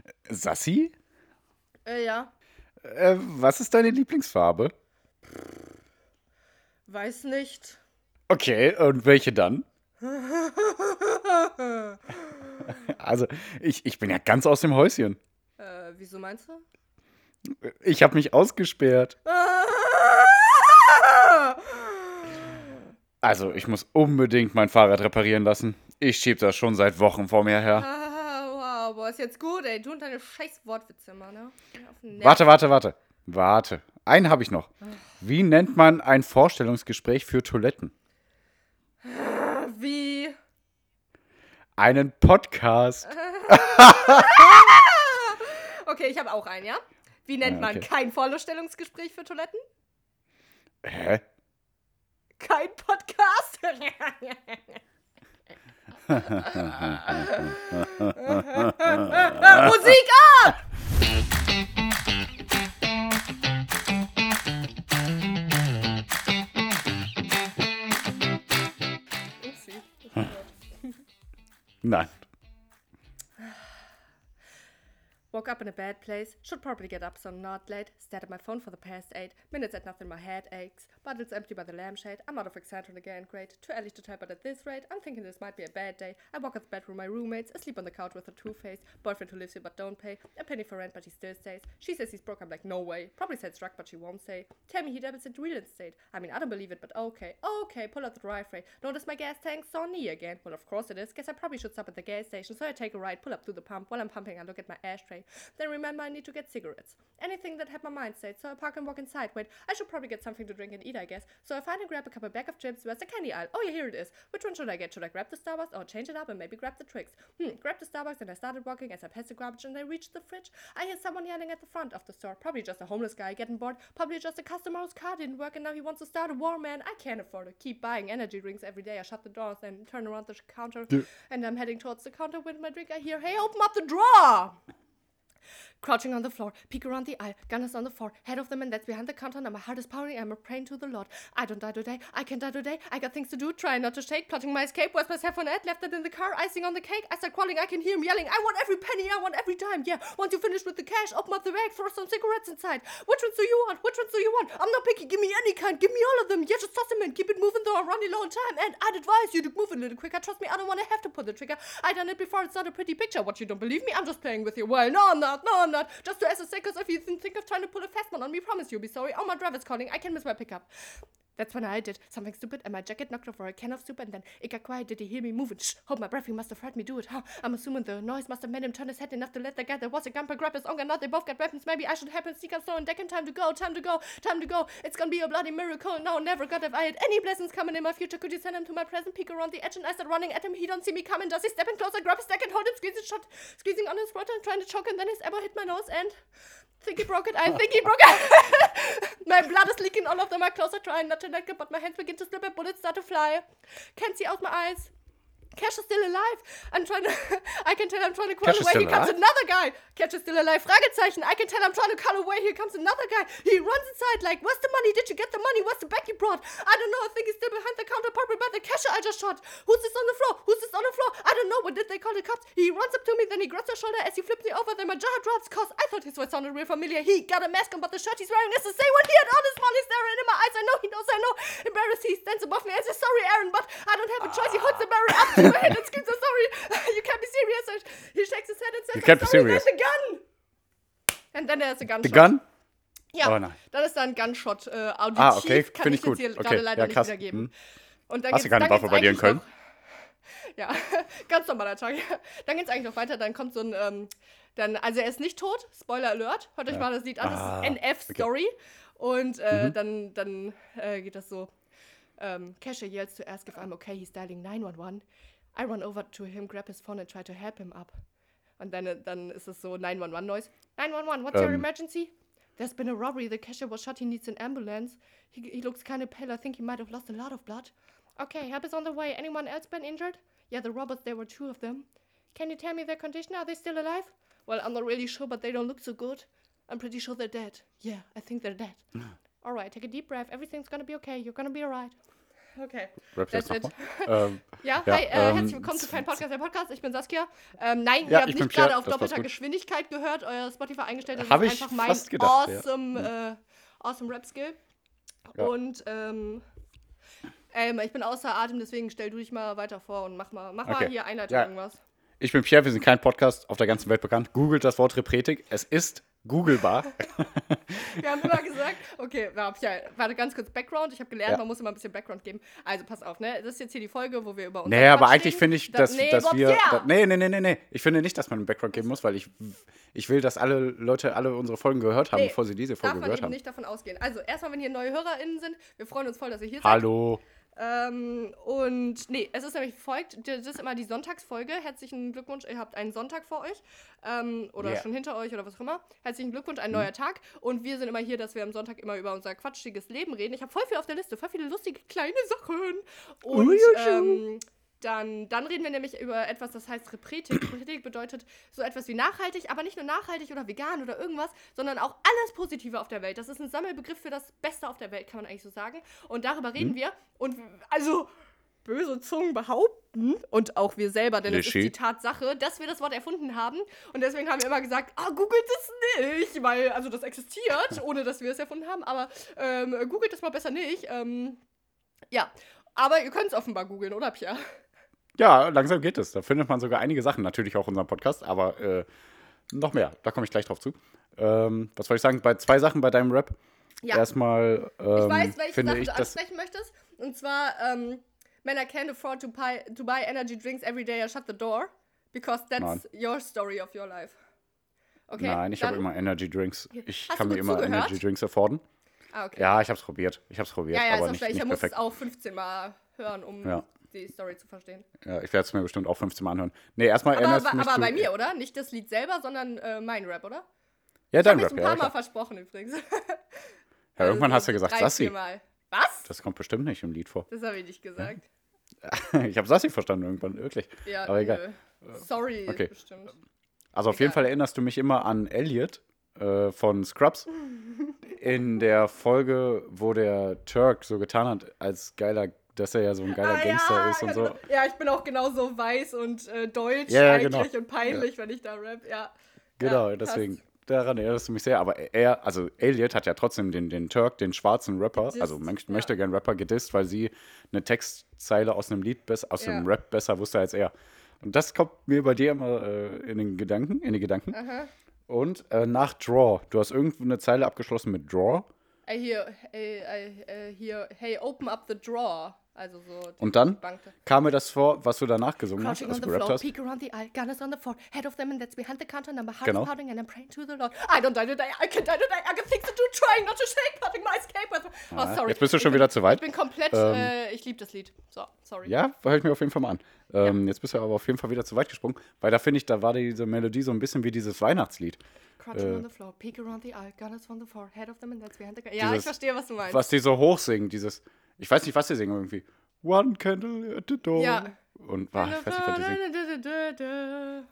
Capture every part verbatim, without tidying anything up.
Sassi? Äh, ja. Äh, was ist deine Lieblingsfarbe? Weiß nicht. Okay, und welche dann? Also, ich, ich bin ja ganz aus dem Häuschen. äh, wieso meinst du? Ich habe mich ausgesperrt. Also, ich muss unbedingt mein Fahrrad reparieren lassen. Ich schieb das schon seit Wochen vor mir her. Ah, wow, boah, ist jetzt gut, ey. Du und deine scheiß Wortwitze immer, ne? Auf den Nerv. Warte, warte, warte. Warte. Einen habe ich noch. Wie nennt man ein Vorstellungsgespräch für Toiletten? Wie? Einen Podcast. Okay, ich habe auch einen, ja? Wie nennt Ah, man okay. kein Vorstellungsgespräch für Toiletten? Hä? Kein Podcast? Musik ab! Upsi. Nein. Woke up in a bad place, should probably get up so I'm not late. Stared at my phone for the past eight minutes at nothing, my head aches. But it's empty by the lampshade, I'm out of Excitron again, great. Too early to tell, but at this rate, I'm thinking this might be a bad day. I walk out the bedroom, my roommates, asleep on the couch with a two-face. Boyfriend who lives here but don't pay. A penny for rent, but he still stays. She says he's broke, I'm like, no way. Probably said struck, but she won't say. Tell me he dabbles in real estate. I mean, I don't believe it, but okay. Okay, pull out the driveway. Notice my gas tank's so near again. Well, of course it is. Guess I probably should stop at the gas station, so I take a ride, pull up to the pump. While I'm pumping, I look at my ashtray. Then remember I need to get cigarettes. Anything that had my mind stayed, so I park and walk inside. Wait, I should probably get something to drink and eat, I guess. So I find and grab a couple bag of chips. Where's the candy aisle? Oh yeah, here it is. Which one should I get? Should I grab the Starbucks or change it up and maybe grab the Twix? Hmm, grab the Starbucks and I started walking as I passed the garbage and I reached the fridge. I hear someone yelling at the front of the store. Probably just a homeless guy getting bored. Probably just a customer whose car didn't work and now he wants to start a war, man. I can't afford to keep buying energy drinks every day. I shut the doors and turn around the counter Du- and I'm heading towards the counter with my drink. I hear, hey, open up the drawer! Crouching on the floor, peek around the aisle, gun is on the floor, head of the man that's behind the counter, now my heart is pounding, I'm praying to the Lord. I don't die today, I can't die today, I got things to do, trying not to shake, plotting my escape, where's my cell phone at, left it in the car, icing on the cake, I start crawling, I can hear him yelling, I want every penny, I want every dime, yeah, once you finish with the cash, open up the bag, throw some cigarettes inside, which ones do you want, which ones do you want, I'm not picky, give me any kind, give me all of them, yeah, just toss them in, keep it moving though I'm running low on time, and I'd advise you to move a little quicker, trust me, I don't want to have to pull the trigger, I done it before, it's not a pretty picture, what, you don't believe me, I'm just playing with you, well, no I'm not, no I'm not, just to as a because if you think of trying to pull a fast one on me, promise you'll be sorry. Oh, my driver's calling. I can miss my pickup. That's when I did something stupid and my jacket knocked over a can of soup and then it got quiet. Did he hear me moving? Shh, hold my breath. He must have heard me do it. Huh? I'm assuming the noise must have made him turn his head enough to let the guy that was a gunper grab his own gun. Now they both got weapons. Maybe I should help him sneak up slow and deck him. Time to go, time to go, time to go. It's gonna be a bloody miracle. No, never. God, if I had any blessings coming in my future, could you send him to my present? Peek around the edge and I start running at him. He don't see me coming. Does he step in closer, grab his deck and hold it, squeeze it shut, squeezing on his throat and trying to choke and then his elbow hit my nose and... think he broke it. I think he broke it. My blood is leaking all of them. I closer trying not to let go, but my hands begin to slip and bullets start to fly. Can't see out my eyes. Cash is still alive. I'm trying to... I can tell I'm trying to crawl Cash is away. still Here comes alive? another guy. Cash is still alive. Fragezeichen. I can tell I'm trying to crawl away. Here comes another guy. He runs inside like, where's the money? Did you get the money? Where's the bag you brought? I don't know. I think he's still behind the counter, probably by the cashier I just shot. Who's this on the floor? Who's this on the floor? I don't know. What did they call the cops? He runs up to me, then he grabs my shoulder as he flips me over. Then my jaw drops, cause I thought his voice sounded real familiar. He got a mask on, but the shirt he's wearing is the same one he had on. His smile is staring in my eyes. I know he knows. I know. Embarrassed, he stands above me and says, sorry, Aaron, but I don't have a choice. He holds the barrel up to my head and screams, I'm sorry. You can't be serious. And he shakes his head and says, You can't be sorry, serious. there's a gun. And then there's a gunshot. The Gun? Ja, Oh nein. dann ist da ein Gunshot äh, auditiv. Ah, okay, Kann finde ich ich gut. jetzt hier Okay, gerade leider ja, nicht krass. wiedergeben. Hm. Und dann Hast du geht's- keine dann Waffe geht's bei dir in eigentlich Köln? Noch, ja, ganz normaler Tag. Dann geht's eigentlich noch weiter. Dann kommt so ein, ähm, dann, also er ist nicht tot. Spoiler Alert. Hört euch Ja. mal das Lied an. Das Ah, ist N F-Story. Und äh, Mhm. dann, dann äh, geht das so. Um, Cashier yells to ask if I'm okay. He's dialing nine one one. I run over to him, grab his phone and try to help him up. Und dann, äh, dann ist es so nine one one Noise. nine one one, what's your Ähm. emergency? There's been a robbery. The cashier was shot. He needs an ambulance. He, he looks kind of pale. I think he might have lost a lot of blood. Okay, help is on the way. Anyone else been injured? Yeah, the robbers, there were two of them. Can you tell me their condition? Are they still alive? Well, I'm not really sure, but they don't look so good. I'm pretty sure they're dead. Yeah, I think they're dead. All right, take a deep breath. Everything's gonna be okay. You're gonna be all right. Okay. Rappst jetzt That's nochmal? ähm, Ja, Ja, hi, äh, ähm, herzlich willkommen zu Fein Podcast, der Podcast. Ich bin Saskia. Ähm, nein, Ja, ihr habt ich bin nicht gerade Pierre, auf das war's doppelter gut. Geschwindigkeit gehört, euer Spotify eingestellt. Das Hab ist ich einfach mein fast gedacht, ja. awesome, äh, awesome Rap-Skill. Ja. Und, ähm, ähm, ich bin außer Atem, deswegen stell du dich mal weiter vor und mach mal, mach mal Okay. hier Einleitung Ja. irgendwas. Ich bin Pierre, wir sind kein Podcast auf der ganzen Welt bekannt. Googelt das Wort Repretik. Es ist googlebar. Wir haben immer gesagt, okay, hab ich ja, warte ganz kurz, Background. Ich habe gelernt, Ja. man muss immer ein bisschen Background geben. Also pass auf, ne? Das ist jetzt hier die Folge, wo wir über uns. Nee, aber eigentlich finde ich, dass, nee, dass Bob, wir. yeah. Da, nee, nee, nee, nee, nee. Ich finde nicht, dass man einen Background geben muss, weil ich, ich will, dass alle Leute alle unsere Folgen gehört haben, Nee, bevor sie diese darf Folge man gehört eben haben. nicht davon ausgehen. Also, erstmal, wenn hier neue HörerInnen sind, wir freuen uns voll, dass ihr hier Hallo. seid. Ähm, und nee, es ist nämlich folgt, das ist immer die Sonntagsfolge. Herzlichen Glückwunsch, ihr habt einen Sonntag vor euch. Ähm, oder Yeah. schon hinter euch oder was auch immer. Herzlichen Glückwunsch, ein neuer Tag. Und wir sind immer hier, dass wir am Sonntag immer über unser quatschiges Leben reden. Ich habe voll viel auf der Liste, voll viele lustige kleine Sachen. Und ähm, dann, dann reden wir nämlich über etwas, das heißt Repretik. Repretik bedeutet so etwas wie nachhaltig, aber nicht nur nachhaltig oder vegan oder irgendwas, sondern auch alles Positive auf der Welt. Das ist ein Sammelbegriff für das Beste auf der Welt, kann man eigentlich so sagen. Und darüber reden Hm? wir. Und also böse Zungen behaupten, und auch wir selber, denn es ist Legit. die Tatsache, dass wir das Wort erfunden haben. Und deswegen haben wir immer gesagt, ah, googelt es nicht, weil, also das existiert, ohne dass wir es erfunden haben, aber ähm, googelt es mal besser nicht. Ähm, ja, aber ihr könnt es offenbar googeln, oder Pia? Ja, langsam geht es. Da findet man sogar einige Sachen, natürlich auch unseren Podcast, aber äh, noch mehr. Da komme ich gleich drauf zu. Ähm, was wollte ich sagen? Bei zwei Sachen bei deinem Rap. Ja. Erstmal ähm, Ich weiß, welche finde Sache ich, du dass ansprechen möchtest. Und zwar, ähm, Men I can't afford to buy, to buy energy drinks every day, I shut the door. Because that's Nein. your story of your life. Okay? Nein, ich habe dann- immer Energy Drinks. Ich Hast kann du mir gut immer zugehört? Energy Drinks afforden. Ah, okay. Ja, ich habe es probiert. Ich habe es probiert, Ja, ja, ist aber auch nicht, schlecht. Ich nicht muss es perfekt. auch fünfzehn Mal hören, um Ja. die Story zu verstehen. Ja, ich werde es mir bestimmt auch fünfzehn Mal anhören. Nee, erstmal Aber, erinnerst aber, mich aber du, bei mir, oder? Nicht das Lied selber, sondern äh, mein Rap, oder? Ja, Ich dein habe Rap, mich ein ja, paar Mal klar. versprochen übrigens. Ja, irgendwann Also hast du gesagt drei, Sassi. viermal. Was? Das kommt bestimmt nicht im Lied vor. Das habe ich nicht gesagt. Ich habe Sassi verstanden irgendwann, wirklich. Ja, Aber egal. nö. Sorry, okay. bestimmt. Also auf jeden Egal. Fall erinnerst du mich immer an Elliot äh, von Scrubs. In der Folge, wo der Turk so getan hat, als geiler, dass er ja so ein geiler Ah, Gangster ja, ist und ja, so. genau. Ja, ich bin auch genauso weiß und äh, deutsch Ja, ja, eigentlich genau. und peinlich, wenn ich da rap, ja. Genau, Ja, deswegen. passt. Daran erinnerst du mich sehr. Aber er, also Elliot hat ja trotzdem den, den Turk, den schwarzen Rapper, Gedisst, also möchte, ja. möchte gern Rapper gedisst, weil sie eine Textzeile aus einem Lied, bess- aus Ja. einem Rap besser wusste als er. Und das kommt mir bei dir immer äh, in den Gedanken, in die Gedanken. Aha. Und äh, nach Draw. Du hast irgendwo eine Zeile abgeschlossen mit Draw. Ey, hier, ey, ey, ey, hier, hey, open up the drawer. Also so. die Und dann Bank. kam mir das vor, was du danach gesungen hast, Crouching als on du the gerappt floor, hast. peek around the aisle, gun is on the floor, head of them and that's behind the counter, now my heart Genau. is pounding and I'm praying to the Lord. I don't die today, I can't die today, I got things to do, trying not to shake, cutting my escape. with- Oh, Ah, sorry. jetzt bist du Ich schon bin, wieder zu weit. Ich bin komplett, Ähm, äh, ich liebe das Lied. So, sorry. Ja, höre ich mir auf jeden Fall mal an. Ähm, Jetzt bist du aber auf jeden Fall wieder zu weit gesprungen, weil da finde ich, da war diese Melodie so ein bisschen wie dieses Weihnachtslied. Crouching äh, on the floor, peek around the aisle, gun is on the floor, head of them and that's behind the counter. Ja, ich Dieses- verstehe, was du meinst. Was die so hoch singen, dieses, ich weiß nicht, was die singen irgendwie. One candle at the door. Ja. Und ah, ich weiß nicht, was die singen.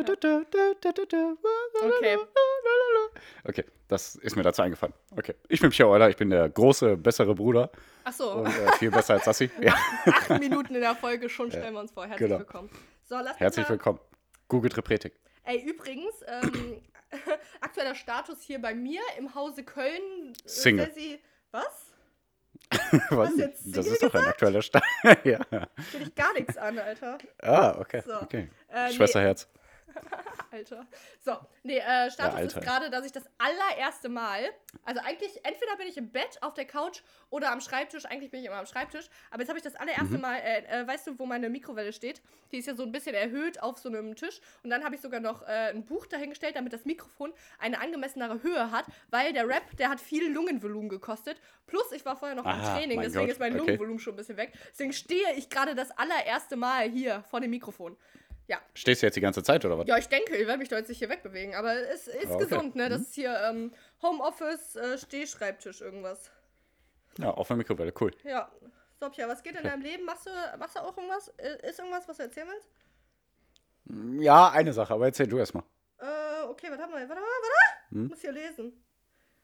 Okay. Okay, das ist mir dazu eingefallen. Okay, ich bin Pierre Euler, ich bin der große, bessere Bruder Ach so, und äh, viel besser als Sassi. Ja, acht Minuten in der Folge, schon stellen wir uns vor. Herzlich genau. willkommen. So, lass uns herzlich mal- willkommen. Googelt Repretik. Ey, übrigens, ähm, aktueller Status hier bei mir im Hause Köln. äh, Single. Sessi- Was? Was? jetzt Das Single ist doch ein aktueller Stand. ja. Will ich gar nichts an, Alter. Ah, okay. So. okay. Äh, nee. Schwesterherz. Alter. So, nee, äh, Status Ja, ist Alter. gerade, dass ich das allererste Mal, also eigentlich, entweder bin ich im Bett, auf der Couch oder am Schreibtisch, eigentlich bin ich immer am Schreibtisch, aber jetzt habe ich das allererste Mhm. Mal, äh, äh, weißt du, wo meine Mikrowelle steht? Die ist ja so ein bisschen erhöht auf so einem Tisch und dann habe ich sogar noch äh, ein Buch dahingestellt, damit das Mikrofon eine angemessenere Höhe hat, weil der Rap, der hat viel Lungenvolumen gekostet, plus ich war vorher noch im Ah, Training, mein deswegen Gott, ist mein okay. Lungenvolumen schon ein bisschen weg, deswegen stehe ich gerade das allererste Mal hier vor dem Mikrofon. Ja, Stehst du jetzt die ganze Zeit oder was? ja, ich denke, ich werde mich da jetzt nicht hier wegbewegen, aber es ist Ah, okay. gesund, ne? Das ist hier ähm, Homeoffice, äh, Stehschreibtisch, irgendwas. Ja, auf der Mikrowelle, cool. Ja. Sobja, was geht in deinem Leben? Machst du, machst du auch irgendwas? Äh, Ist irgendwas, was du erzählen willst? Ja, eine Sache, aber erzähl du erstmal. Äh, okay, warte mal, warte mal, warte. Hm? Ich muss hier lesen.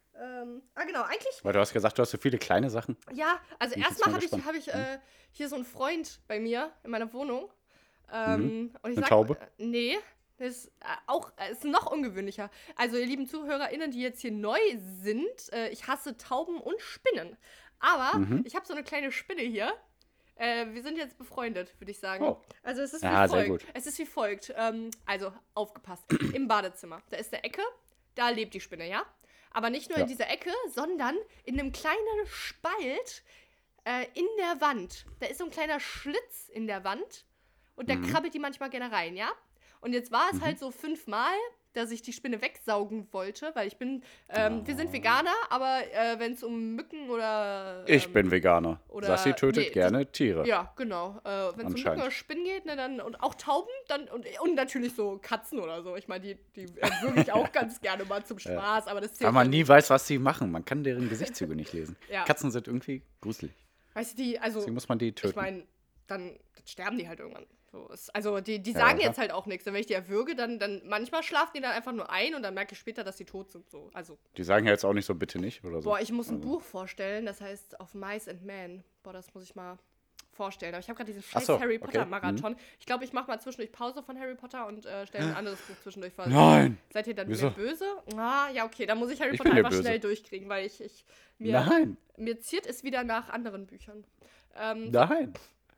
Ähm, ah, genau, eigentlich. Weil du hast gesagt, du hast so viele kleine Sachen. Ja, also Bin ich jetzt erstmal mal habe ich, gespannt. hab ich äh, hier so einen Freund bei mir in meiner Wohnung. Mhm. Ähm, und ich Eine sag, Taube? äh, nee, das ist äh, auch äh, ist noch ungewöhnlicher. Also, ihr lieben ZuhörerInnen, die jetzt hier neu sind, äh, ich hasse Tauben und Spinnen. Aber Mhm. ich habe so eine kleine Spinne hier. Äh, wir sind jetzt befreundet, würde ich sagen. Oh. Also es ist Ja, wie sehr folgt. gut. Es ist wie folgt. Ähm, also, aufgepasst. Im Badezimmer. Da ist der Ecke, da lebt die Spinne, ja? Aber nicht nur Ja. in dieser Ecke, sondern in einem kleinen Spalt äh, in der Wand. Da ist so ein kleiner Schlitz in der Wand und da Mhm. krabbelt die manchmal gerne rein, ja? Und jetzt war es halt so fünfmal, dass ich die Spinne wegsaugen wollte, weil ich bin, ähm, wir sind Veganer, aber äh, wenn es um Mücken oder ähm, Ich bin Veganer. oder- Sassi tötet nee, gerne Tiere. ja, genau. Äh, wenn es um Mücken Anscheinend. oder Spinnen geht, ne, dann und auch Tauben, dann und, und natürlich so Katzen oder so. Ich meine, die, die äh, würge ich auch ganz gerne mal zum Spaß, aber das zählt Weil man ja nie nicht. weiß, was sie machen. Man kann deren Gesichtszüge nicht lesen. Ja. Katzen sind irgendwie gruselig. Weißt du, die, also Deswegen muss man die ich töten. meine, dann, dann sterben die halt irgendwann. So, ist, also die, die Ja, sagen klar. jetzt halt auch nichts. Wenn ich die erwürge, dann, dann manchmal schlafen die dann einfach nur ein und dann merke ich später, dass sie tot sind. So. Also, Die sagen ja jetzt auch nicht so, bitte nicht oder so. boah, ich muss ein Buch vorstellen, das heißt Auf Mice and Men. Boah, das muss ich mal vorstellen. Aber ich habe gerade diesen scheiß so, Harry okay. Potter Marathon. Ich glaube, ich mache mal zwischendurch Pause von Harry Potter und äh, stelle ein anderes Buch zwischendurch vor. Nein! Seid ihr dann Wieso? mir böse? Ah, ja, okay, dann muss ich Harry Ich Potter bin dir einfach böse. schnell durchkriegen, weil ich, ich mir, Nein! mir ziert es wieder nach anderen Büchern. Ähm, Nein!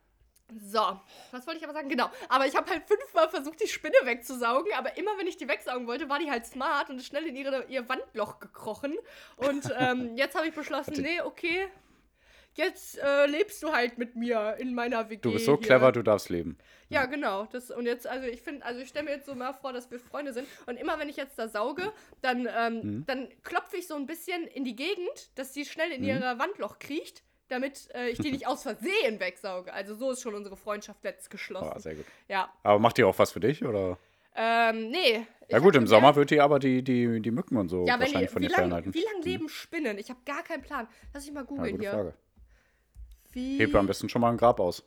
so, was wollte ich aber sagen? Genau. Aber ich habe halt fünfmal versucht, die Spinne wegzusaugen, aber immer, wenn ich die wegsaugen wollte, war die halt smart und ist schnell in ihre, ihr Wandloch gekrochen. Und ähm, jetzt habe ich beschlossen, Warte. nee, okay, jetzt äh, lebst du halt mit mir in meiner W G. Du bist so hier. clever, du darfst leben. Ja, genau. Das, und jetzt, also ich finde, also ich stelle mir jetzt so mal vor, dass wir Freunde sind. Und immer wenn ich jetzt da sauge, dann, ähm, Mhm. dann klopfe ich so ein bisschen in die Gegend, dass die schnell in ihr Wandloch kriecht, damit äh, ich die nicht aus Versehen wegsauge. Also so ist schon unsere Freundschaft letzt geschlossen. Oh, sehr gut. Ja. Aber macht die auch was für dich, oder? Ähm, nee. Ja Ich gut, hab im schon Sommer gern- wird die aber die, die, die Mücken und so Ja, wenn wahrscheinlich die, von wie dir lange fernhalten. wie lang leben Spinnen? Ich habe gar keinen Plan. Lass ich mal Ja, googeln gute hier. Frage. Wie? Heb am besten schon mal ein Grab aus.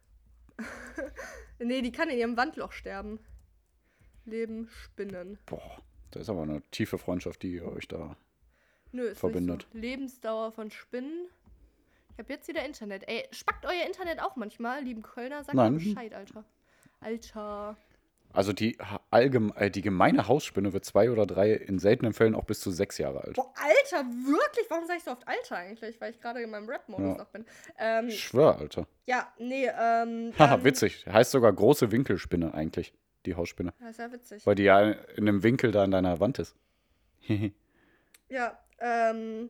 Nee, die kann in ihrem Wandloch sterben. Leben Spinnen. Boah, das ist aber eine tiefe Freundschaft, die euch da... Nö, ist Verbindet. nicht so. Lebensdauer von Spinnen. Ich habe jetzt wieder Internet. Ey, spackt euer Internet auch manchmal, lieben Kölner? Sagt mal Nein. Bescheid, Alter. Alter. Also die, ha- allgem äh, die gemeine Hausspinne wird zwei oder drei, in seltenen Fällen auch bis zu sechs Jahre alt. Boah, Alter, wirklich? Warum sag ich so oft Alter eigentlich? Weil ich gerade in meinem Rap-Modus Ja. noch bin. Ähm, Ich schwör, Alter. ja, nee, ähm. Haha, dann- witzig. Heißt sogar große Winkelspinne eigentlich, die Hausspinne. Das ist ja witzig. Weil die ja in einem Winkel da in deiner Wand ist. Ja, ähm.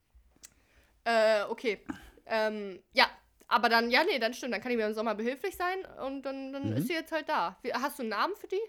Äh, okay. Ähm, ja, aber dann, ja, nee, dann stimmt. Dann kann ich mir im Sommer behilflich sein und dann, dann Mhm. ist sie jetzt halt da. Wie, hast du einen Namen für die?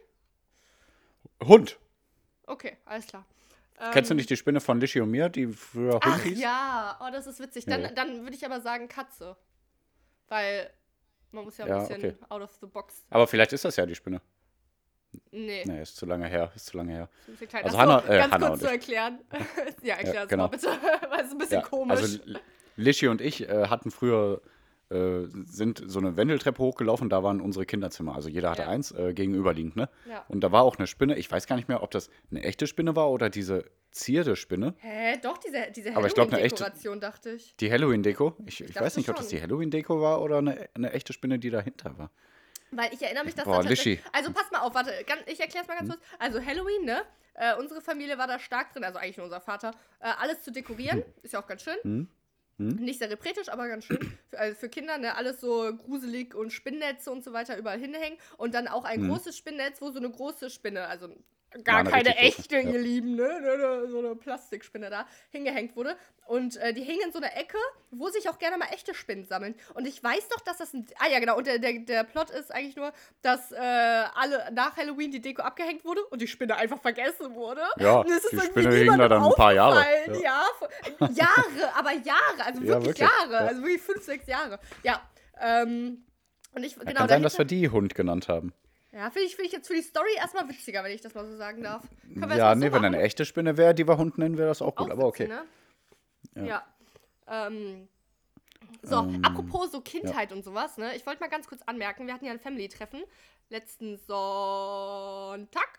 Hund. Okay, alles klar. Kennst du Ähm, nicht die Spinne von Lischi und mir, die früher Hund Ach hieß? ja, oh, das ist witzig. Dann, Ja. dann würde ich aber sagen Katze. Weil man muss ja ein Ja, bisschen okay. out of the box. Aber vielleicht ist das ja die Spinne. Nee, Nee, ist zu lange her. Ist zu lange her. ist ein bisschen klein. Also Ach so, Hannah- äh, ganz Hannah kurz und zu ich. erklären. ja, erklär Ja, es genau. mal bitte. Weil es ist ein bisschen Ja, komisch. also L- Lischi und ich äh, hatten früher, äh, sind so eine Wendeltreppe hochgelaufen, da waren unsere Kinderzimmer. Also jeder hatte Ja. eins, äh, gegenüberliegend, ne? Ja. Und da war auch eine Spinne, ich weiß gar nicht mehr, ob das eine echte Spinne war oder diese Zierde-Spinne. Hä, doch, diese, diese Aber ich glaub, eine echte- Halloween-Dekoration, dachte ich. Die Halloween-Deko. Ich, ich, dachte weiß nicht, ob das schon. die Halloween-Deko war oder eine, eine echte Spinne, die dahinter war. Weil ich erinnere mich, dass Boah, da tatsächlich... Lischi. Also pass mal auf, warte, ganz, ich erkläre es mal ganz kurz. Also Halloween, ne? Äh, unsere Familie war da stark drin, also eigentlich nur unser Vater, äh, alles zu dekorieren. Ist ja auch ganz schön. Hm? Hm? Nicht sehr repretisch, aber ganz schön. Für, also für Kinder, ne? Alles so gruselig und Spinnnetze und so weiter überall hinhängen. Und dann auch ein Hm. großes Spinnnetz, wo so eine große Spinne, also gar Ja, eine keine richtig große, echte, ja. ihr Lieben, ne? Ne, ne? So eine Plastikspinne da hingehängt wurde. Und äh, die hingen in so einer Ecke, wo sich auch gerne mal echte Spinnen sammeln. Und ich weiß doch, dass das ein... Ah ja, genau. Und der, der, der Plot ist eigentlich nur, dass äh, alle nach Halloween die Deko abgehängt wurde und die Spinne einfach vergessen wurde. Ja, und es ist die irgendwie Spinne hing da niemandem dann ein paar Jahre. aufgefallen. Ja, ja Jahre, aber Jahre. Also Ja, wirklich, wirklich, Jahre. ja. Also wirklich fünf, sechs Jahre. Ja, ähm... Und ich, Ja, genau, kann sein, dass dahinter- wir die Hund genannt haben. Ja, finde ich, find ich jetzt für die Story erstmal witziger, wenn ich das mal so sagen darf. Können wir Ja, das mal nee, so wenn machen? eine echte Spinne wäre, die wir Hund nennen, wäre das auch gut. Auch Aber okay. witzig, ne? Ja. Ähm, so, Ähm, apropos so Kindheit und sowas, ne? Ich wollte mal ganz kurz anmerken, wir hatten ja ein Family-Treffen letzten Sonntag.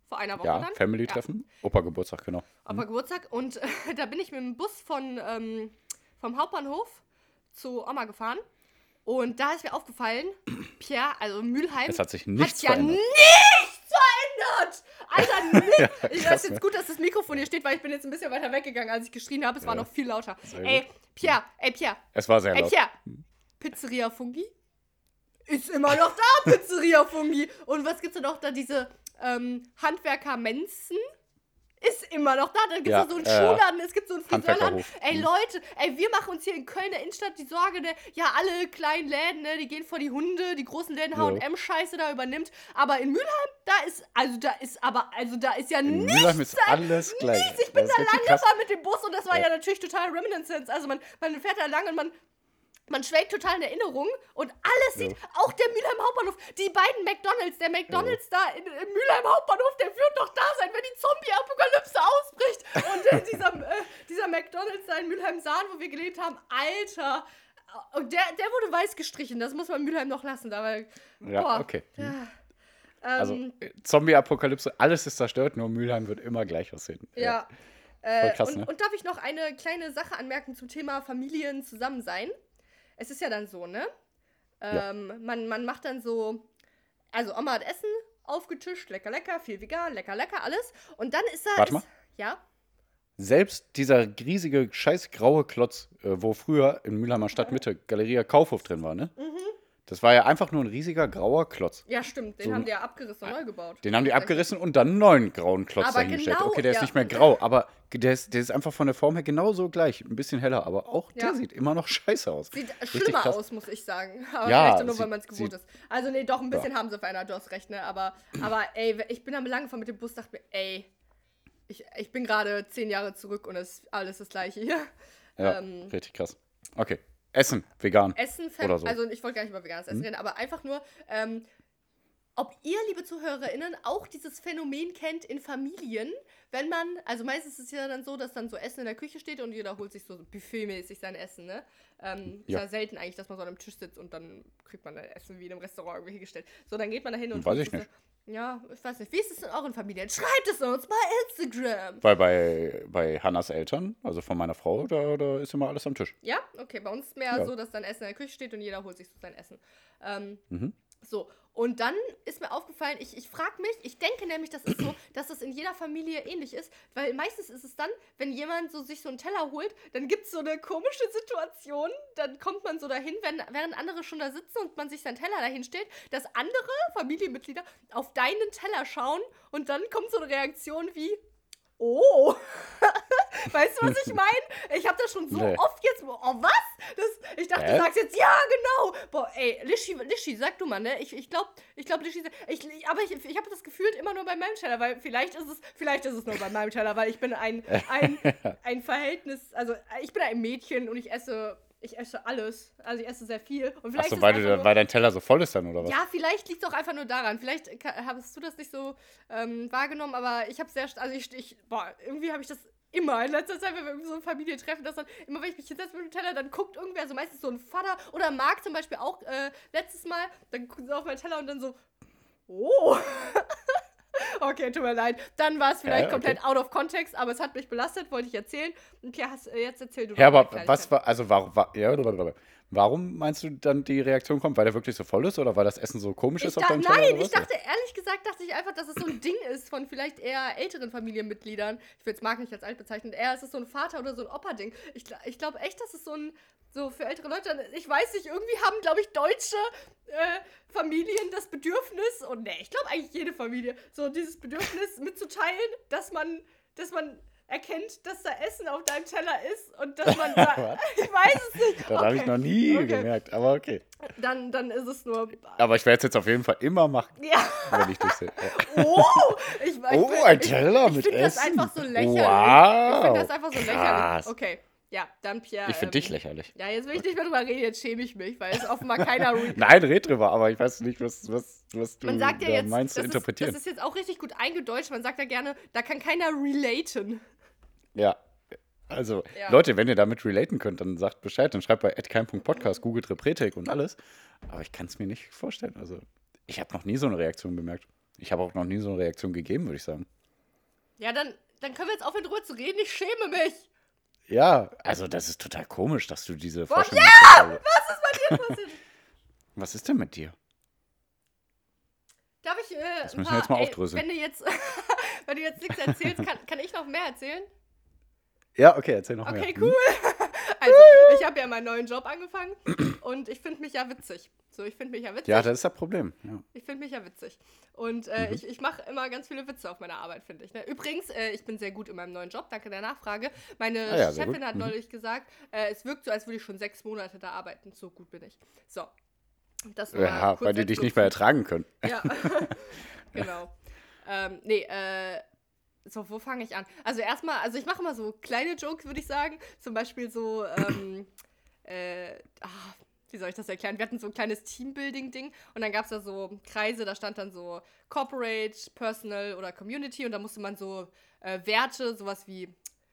vor einer Woche Ja, dann. Family-Treffen. Opa Geburtstag, genau. Ja, Opa Geburtstag. Und äh, da bin ich mit dem Bus von, ähm, vom Hauptbahnhof zu Oma gefahren. Und da ist mir aufgefallen, Pierre, also Mülheim, Es hat sich nichts hat ja verändert. nichts verändert. Alter, nichts. Ja, Ich krass, weiß jetzt ne? gut, dass das Mikrofon hier steht, weil ich bin jetzt ein bisschen weiter weggegangen, als ich geschrien habe. Es war Ja. noch viel lauter. Sehr Ey, gut. Pierre, ey, Pierre, Es war sehr ey, laut. Pierre. Pizzeria Fungi? Ist immer noch da, Pizzeria Fungi. Und was gibt's denn noch da? Diese ähm, Handwerker Mensen? Ist immer noch da. Dann gibt's Ja, da so einen äh, Schuhladen, es gibt so einen Friseurladen. Handwerkerhof. Ey, Mhm. Leute, ey, wir machen uns hier in Köln, der Innenstadt, die Sorge, ne, ja, alle kleinen Läden, ne, die gehen vor die Hunde, die großen Läden H und M-Scheiße da übernimmt. Aber in Mülheim, da ist, also da ist, aber, also da ist ja In nichts. Mülheim ist alles gleich. Ich bin Das ist da richtig lang krass. gefahren mit dem Bus und das war ja, Ja. natürlich total Reminiscence. Also man, man fährt da lang und man, man schwelgt total in Erinnerung und alles sieht, Ja. auch der Mülheim Hauptbahnhof, die beiden McDonalds, der McDonalds da in, im Mülheim Hauptbahnhof, der wird doch da sein, wenn die Zombie-Apokalypse ausbricht. Und äh, dieser, äh, dieser McDonalds da in Mülheim-Sahn, wo wir gelebt haben, Alter, und der, der wurde weiß gestrichen, das muss man Mülheim noch lassen. Da war, Ja, boah, okay. ja, ähm, Also äh, Zombie-Apokalypse, alles ist zerstört, nur Mülheim wird immer gleich aussehen. Ja. Voll Äh, krass, und, ne? und darf ich noch eine kleine Sache anmerken zum Thema Familien zusammen sein? Es ist ja dann so, ne? Ja. Ähm, man, man macht dann so, also Oma hat Essen aufgetischt, lecker, lecker, viel vegan, lecker, lecker, alles. Und dann ist da... Warte ist, mal. Ja? Selbst dieser riesige, scheiß graue Klotz, äh, wo früher in Mülheimer Stadtmitte Galeria Kaufhof drin war, ne? Mhm. Das war ja einfach nur ein riesiger grauer Klotz. Ja, stimmt. Den So haben ein- die ja abgerissen und neu gebaut. Den haben die abgerissen und dann einen neuen grauen Klotz Aber dahingestellt. genau, Okay, der ja. ist nicht mehr grau, aber der ist, der ist einfach von der Form her genauso gleich. Ein bisschen heller, aber auch Ja. der sieht immer noch scheiße aus. Sieht Richtig schlimmer krass. aus, muss ich sagen. Aber Ja, vielleicht nur, weil sieht- man es gewohnt sieht- ist. Also, nee, doch, ein bisschen haben sie verändert, du hast recht, ne? Aber, aber ey, ich bin am lange gefahren mit dem Bus, dachte mir, ey, ich, ich bin gerade zehn Jahre zurück und es ist alles das Gleiche hier. Ja, Ähm, richtig krass. Okay, Essen, vegan. Essen, Fam Oder so. also ich wollte gar nicht über veganes Essen reden, aber einfach nur, ähm, ob ihr, liebe ZuhörerInnen, auch dieses Phänomen kennt in Familien, wenn man, also meistens ist es ja dann so, dass dann so Essen in der Küche steht und jeder holt sich so buffetmäßig sein Essen, ne? Ähm, Ja. Ist ja selten eigentlich, dass man so an einem Tisch sitzt und dann kriegt man dann Essen wie in einem Restaurant irgendwie hingestellt. So, dann geht man da hin und Weiß holt ich sich nicht. So, ja, ich weiß nicht. Wie ist es in euren Familien? Schreibt es uns bei Instagram. Weil bei, bei Hannas Eltern, also von meiner Frau, da, da ist immer alles am Tisch. Ja? Okay, bei uns mehr Ja. so, dass dann Essen in der Küche steht und jeder holt sich so sein Essen. Ähm, Mhm. So, und dann ist mir aufgefallen, ich, ich frage mich, ich denke nämlich, das ist so, dass das in jeder Familie ähnlich ist, weil meistens ist es dann, wenn jemand so sich so einen Teller holt, dann gibt es so eine komische Situation, dann kommt man so dahin, wenn, während andere schon da sitzen und man sich seinen Teller dahin stellt, dass andere Familienmitglieder auf deinen Teller schauen und dann kommt so eine Reaktion wie, oh, weißt du, was ich meine? Ich habe das schon so Nee. oft jetzt, oh, was? Das, ich dachte, Hä? du sagst jetzt, ja, genau. Boah, ey, Lischi, Lischi, sag du mal, ne? Ich, ich glaube, ich glaube, Lischi, ich, aber ich, ich habe das gefühlt immer nur bei meinem Teller, weil vielleicht ist es, vielleicht ist es nur bei meinem Teller, weil ich bin ein, ein, ein Verhältnis, also ich bin ein Mädchen und ich esse, ich esse alles. Also ich esse sehr viel. Und vielleicht Achso, ist weil, es du, einfach nur, weil dein Teller so voll ist dann, oder was? ja, vielleicht liegt es auch einfach nur daran. Vielleicht ka- hast du das nicht so ähm, wahrgenommen, aber ich habe sehr, st- also ich, ich boah, irgendwie habe ich das immer in letzter Zeit, wenn wir irgendwie so eine Familie treffen, dass dann immer, wenn ich mich hinsetze mit dem Teller, dann guckt irgendwer, also meistens so ein Vater oder Marc zum Beispiel auch äh, letztes Mal, dann gucken sie auf meinen Teller und dann so, oh. Okay, tut mir leid. Dann war es vielleicht okay. komplett out of context, aber es hat mich belastet, wollte ich erzählen. Und Pierre, hast, äh, jetzt erzähl du Ja, doch aber mal eine was Kleinigkeit. war, also warum, war, ja, blablabla. Warum meinst du dann, die Reaktion kommt? Weil der wirklich so voll ist oder weil das Essen so komisch Ich ist auf da, deinem Teller? nein, oder ich was? dachte, ehrlich gesagt, dachte ich einfach, dass es so ein Ding ist von vielleicht eher älteren Familienmitgliedern. Ich will jetzt Marc nicht als alt bezeichnen. Eher ist es so ein Vater- oder so ein Opa-Ding. Ich, gl- ich glaube echt, dass es so ein, so für ältere Leute, ich weiß nicht, irgendwie haben, glaube ich, deutsche äh, Familien das Bedürfnis, und ne, ich glaube eigentlich jede Familie, so dieses Bedürfnis mitzuteilen, dass man, dass man erkennt, dass da Essen auf deinem Teller ist und dass man da, ich weiß es nicht. Das habe ich Okay, noch nie okay. gemerkt, aber okay. Dann, dann ist es nur, Aber ich werde es jetzt auf jeden Fall immer machen, ja. wenn ich dich sehe. Ja. Oh, ich, ich, Oh, ich, ein Teller ich mit finde das Essen. einfach so lächerlich. Wow. Ich finde das einfach so lächerlich. Krass. Okay, ja, dann Pierre. Ich finde ähm, dich lächerlich. Ja, jetzt will ich nicht mehr drüber reden, jetzt schäme ich mich, weil es offenbar keiner... Re Nein, red drüber, aber ich weiß nicht, was, was, was du man sagt ja da jetzt, meinst zu das ist, interpretieren. das ist jetzt auch richtig gut eingedeutscht, man sagt ja gerne, da kann keiner relaten. Ja. Also, Ja. Leute, wenn ihr damit relaten könnt, dann sagt Bescheid. Dann schreibt bei kein Punkt podcast, googelt Repretik und alles. Aber ich kann es mir nicht vorstellen. Also, ich habe noch nie so eine Reaktion bemerkt. Ich habe auch noch nie so eine Reaktion gegeben, würde ich sagen. Ja, dann, dann können wir jetzt aufhören, drüber zu reden. Ich schäme mich. Ja, also das ist total komisch, dass du diese Boah, Vorstellung ja! hast. Was ist bei dir passiert? Was ist denn mit dir? Darf ich, äh, Das ein müssen wir paar, jetzt mal ey, aufdröseln. wenn du jetzt, wenn du jetzt nichts erzählst, kann, kann ich noch mehr erzählen? Ja, okay, erzähl noch mehr. Okay, Hm? cool. Also, ich habe ja meinen neuen Job angefangen und ich finde mich ja witzig. So, ich finde mich ja witzig. Ja, das ist das Problem. Ja. Ich finde mich ja witzig. Und äh, Mhm. ich, ich mache immer ganz viele Witze auf meiner Arbeit, finde ich. Ne? Übrigens, äh, ich bin sehr gut in meinem neuen Job. Danke der Nachfrage. Meine Ah ja, sehr Chefin gut. hat Mhm. neulich gesagt, äh, es wirkt so, als würde ich schon sechs Monate da arbeiten. So gut bin ich. So. Das nur mal Ja, kurz weil die als dich nicht mehr Nutzen. ertragen können. Ja, genau. Ähm, nee, äh, so, wo fange ich an? Also erstmal, also ich mache immer so kleine Jokes, würde ich sagen. Zum Beispiel so, ähm, äh, ah, wie soll ich das erklären? Wir hatten so ein kleines Teambuilding-Ding und dann gab es da so Kreise, da stand dann so Corporate, Personal oder Community und da musste man so äh, Werte, sowas wie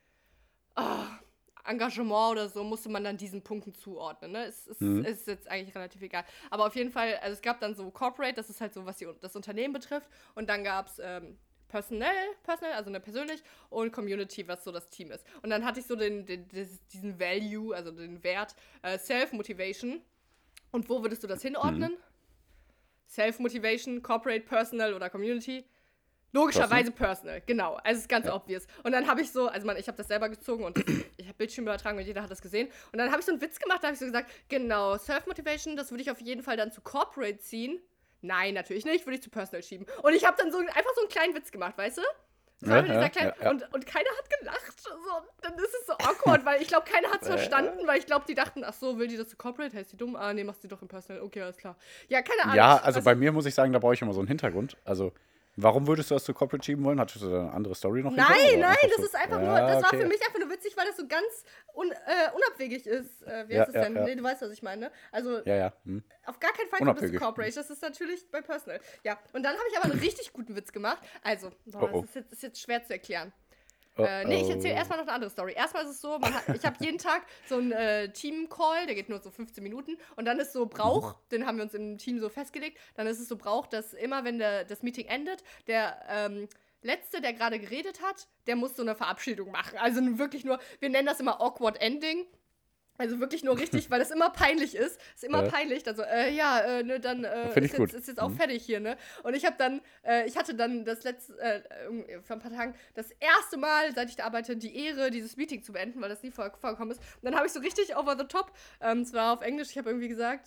ah, Engagement oder so, musste man dann diesen Punkten zuordnen. Ne? Es, es, Mhm. es ist jetzt eigentlich relativ egal. Aber auf jeden Fall, also es gab dann so Corporate, das ist halt so, was die, das Unternehmen betrifft. Und dann gab es ähm, Personal, Personal, also ne, persönlich, und Community, was so das Team ist. Und dann hatte ich so den, den, des- diesen Value, also den Wert äh, Self-Motivation. Und wo würdest du das hinordnen? Self-Motivation, Corporate, Personal oder Community? Logischerweise Personal, genau. Also es ist ganz Ja. obvious. Und dann habe ich so, also man, ich habe das selber gezogen und ich habe Bildschirm übertragen und jeder hat das gesehen. Und dann habe ich so einen Witz gemacht, da habe ich so gesagt, genau, Self-Motivation, das würde ich auf jeden Fall dann zu Corporate ziehen. Nein, natürlich nicht, würde ich zu Personal schieben. Und ich habe dann so einfach so einen kleinen Witz gemacht, weißt du? Das war Ja, einfach dieser ja, kleine, ja, ja. Und, und keiner hat gelacht. So, dann ist es so awkward, weil ich glaube, keiner hat es verstanden, weil ich glaube, die dachten, ach so, will die das zu Corporate? Hey, ist die dumm? Ah, nee, machst du doch im Personal. Okay, alles klar. Ja, keine Ahnung. Ja, also bei mir muss ich sagen, da brauche ich immer so einen Hintergrund. Also, warum würdest du das zu Corporate schieben wollen? Hattest du da eine andere Story noch? hinter, Nein, oder nein, einfach das so? ist einfach Ja, nur, das war okay. für mich einfach nur witzig, weil das so ganz un, äh, unabwegig ist. Äh, wie Ja, heißt es ja, denn? ja. Nee, du weißt, was ich meine. Also, Ja, ja. Hm. auf gar keinen Fall kommt das zu Unabwegig. Corporate. Das ist natürlich bei Personal. Ja, und dann habe ich aber einen richtig guten Witz gemacht. Also, boah, Oh, oh. das ist jetzt, ist jetzt schwer zu erklären. Oh, Äh, nee, ich oh. erzähle erstmal noch eine andere Story. Erstmal ist es so, man hat, ich habe jeden Tag so einen äh, Team-Call, der geht nur so fünfzehn Minuten. Und dann ist so Brauch, den haben wir uns im Team so festgelegt, dann ist es so Brauch, dass immer, wenn der, das Meeting endet, der ähm, Letzte, der gerade geredet hat, der muss so eine Verabschiedung machen. Also wirklich nur, wir nennen das immer Awkward Ending. Also wirklich nur richtig, weil das immer peinlich ist. Ist immer Ja. peinlich. Also, äh, ja, äh, ne, dann äh, Find ist, ich gut. jetzt, ist jetzt auch Mhm. fertig hier, ne? Und ich habe dann, äh, ich hatte dann das letzte, äh, irgendwie vor ein paar Tagen, das erste Mal, seit ich da arbeite, die Ehre, dieses Meeting zu beenden, weil das nie vor, vorgekommen ist. Und dann habe ich so richtig over the top, ähm, es war auf Englisch, ich habe irgendwie gesagt,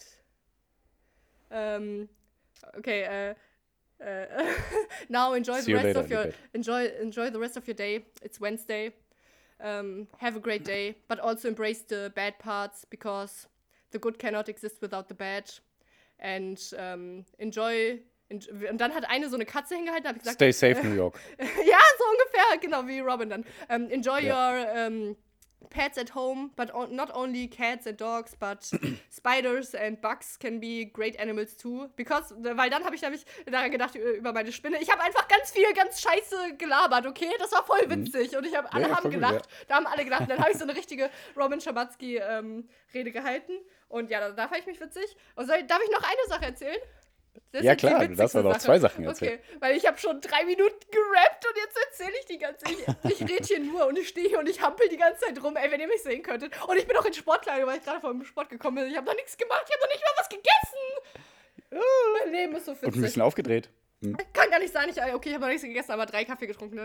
ähm, okay, äh, äh, now enjoy See the you rest later, of your, Liebet. enjoy, enjoy the rest of your day. It's Wednesday. Um, have a great day, but also embrace the bad parts because the good cannot exist without the bad. And um, enjoy, enjoy. Und dann hat eine so eine Katze hingehalten, habe ich gesagt, Stay safe, New York. ja, so ungefähr, genau wie Robin dann. Um, enjoy Ja. your um, pets at home, but on, not only cats and dogs, but spiders and bugs can be great animals too. Because, weil dann habe ich nämlich daran gedacht über über meine Spinne. Ich habe einfach ganz viel, ganz scheiße gelabert, okay? Das war voll witzig. Und ich habe, alle Ja, haben voll gut, gelacht. Da haben alle gelacht. Und dann habe ich so eine richtige Robin Schabatzky ähm, Rede gehalten. Und ja, da, da fand ich mich witzig. Und soll, darf ich noch eine Sache erzählen? Das ist Ja, jetzt die klar, du darfst witzigste aber noch Sache. zwei Sachen erzählen. Okay, weil ich habe schon drei Minuten gerappt und jetzt erzähle ich die ganze Zeit. Ich, ich rede hier nur und ich stehe hier und ich hampel die ganze Zeit rum, ey, wenn ihr mich sehen könntet. Und ich bin auch in Sportkleidung, weil ich gerade vom Sport gekommen bin. Ich habe noch nichts gemacht, ich habe noch nicht mal was gegessen. Mein Leben ist so Und ein witzig. bisschen aufgedreht. Hm. Kann gar nicht sein, ich, okay, ich habe noch nichts gegessen, aber drei Kaffee getrunken.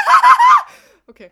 Okay.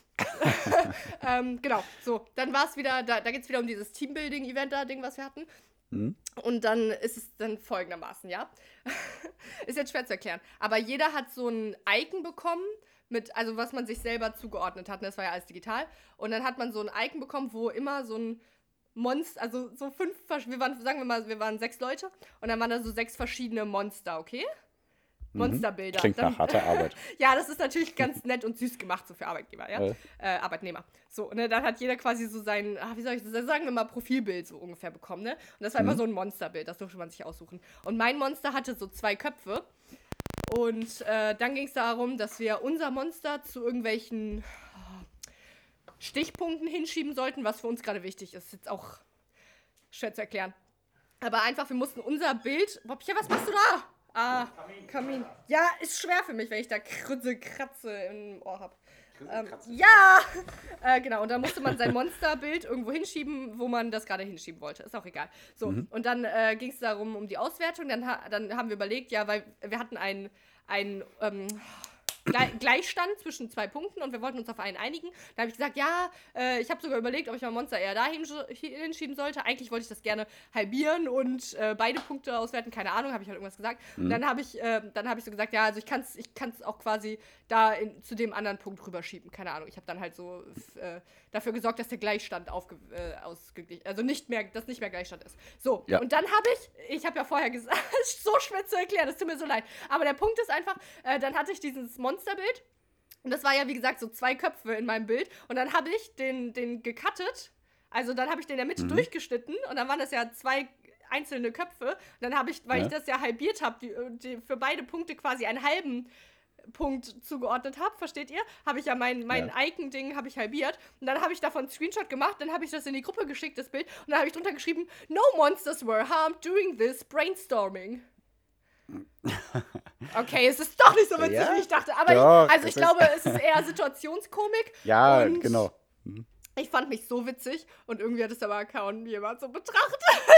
ähm, genau, so, dann war es wieder, da, da geht es wieder um dieses Teambuilding-Event da, Ding, was wir hatten. Hm. Und dann ist es dann folgendermaßen, ja. Ist jetzt schwer zu erklären. Aber jeder hat so ein Icon bekommen, mit, also was man sich selber zugeordnet hat. Und das war ja alles digital. Und dann hat man so ein Icon bekommen, wo immer so ein Monster, also so fünf, wir waren, sagen wir mal, wir waren sechs Leute. Und dann waren da so sechs verschiedene Monster, okay? Monsterbilder. Klingt Dann, nach harter Arbeit. ja, das ist natürlich ganz nett und süß gemacht, so für Arbeitgeber, ja. Äh. Äh, Arbeitnehmer. So, ne, dann hat jeder quasi so sein, ach, wie soll ich das sagen, sagen wir mal Profilbild so ungefähr bekommen, ne? Und das war immer so ein Monsterbild, das durfte man sich aussuchen. Und mein Monster hatte so zwei Köpfe. Und äh, dann ging es darum, dass wir unser Monster zu irgendwelchen oh, Stichpunkten hinschieben sollten, was für uns gerade wichtig ist. Jetzt auch schwer zu erklären. Aber einfach, wir mussten unser Bild. Bobbchen, was machst du da? Ah, Kamin. Ja, ist schwer für mich, wenn ich da Krütze, Kratze im Ohr habe. Ähm, ja! äh, genau, und dann musste man sein Monsterbild irgendwo hinschieben, wo man das gerade hinschieben wollte. Ist auch egal. So, mhm. und dann äh, ging es darum, um die Auswertung. Dann, ha- dann haben wir überlegt, ja, weil wir hatten ein, ein ähm, Gle- Gleichstand zwischen zwei Punkten und wir wollten uns auf einen einigen. Da habe ich gesagt, ja, äh, ich habe sogar überlegt, ob ich mein Monster eher da hinsch- hinschieben sollte. Eigentlich wollte ich das gerne halbieren und äh, beide Punkte auswerten. Keine Ahnung, habe ich halt irgendwas gesagt. Mhm. Und dann habe ich, äh, dann hab ich so gesagt, ja, also ich kann es ich kann's auch quasi da in, zu dem anderen Punkt rüberschieben. Keine Ahnung, ich habe dann halt so f- äh, dafür gesorgt, dass der Gleichstand aufge- äh, ausgeglichen, also nicht mehr, dass nicht mehr Gleichstand ist. So, ja. Und dann habe ich, ich habe ja vorher gesagt, so schwer zu erklären, das tut mir so leid. Aber der Punkt ist einfach, äh, dann hatte ich dieses Monsterbild und das war ja, wie gesagt, so zwei Köpfe in meinem Bild und dann habe ich den, den gecuttet, also dann habe ich den in der Mitte mhm. durchgeschnitten und dann waren das ja zwei einzelne Köpfe und dann habe ich, weil ja. ich das ja halbiert habe, die, die für beide Punkte quasi einen halben Punkt zugeordnet habe, versteht ihr? Habe ich ja mein, mein ja. Icon-Ding habe ich halbiert und dann habe ich davon einen Screenshot gemacht, dann habe ich das in die Gruppe geschickt, das Bild, und dann habe ich drunter geschrieben, no monsters were harmed during this brainstorming. Okay, es ist doch nicht so witzig, ja? wie ich dachte, aber doch, ich, also ich glaube, es ist eher Situationskomik. Ja, und genau. Mhm. Ich fand mich so witzig und irgendwie hat es aber kaum jemand so betrachtet.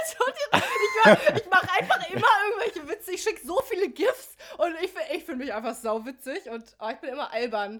ich ich mache einfach immer irgendwelche Witze. Ich schicke so viele GIFs und ich, ich finde mich einfach sau witzig und oh, ich bin immer albern.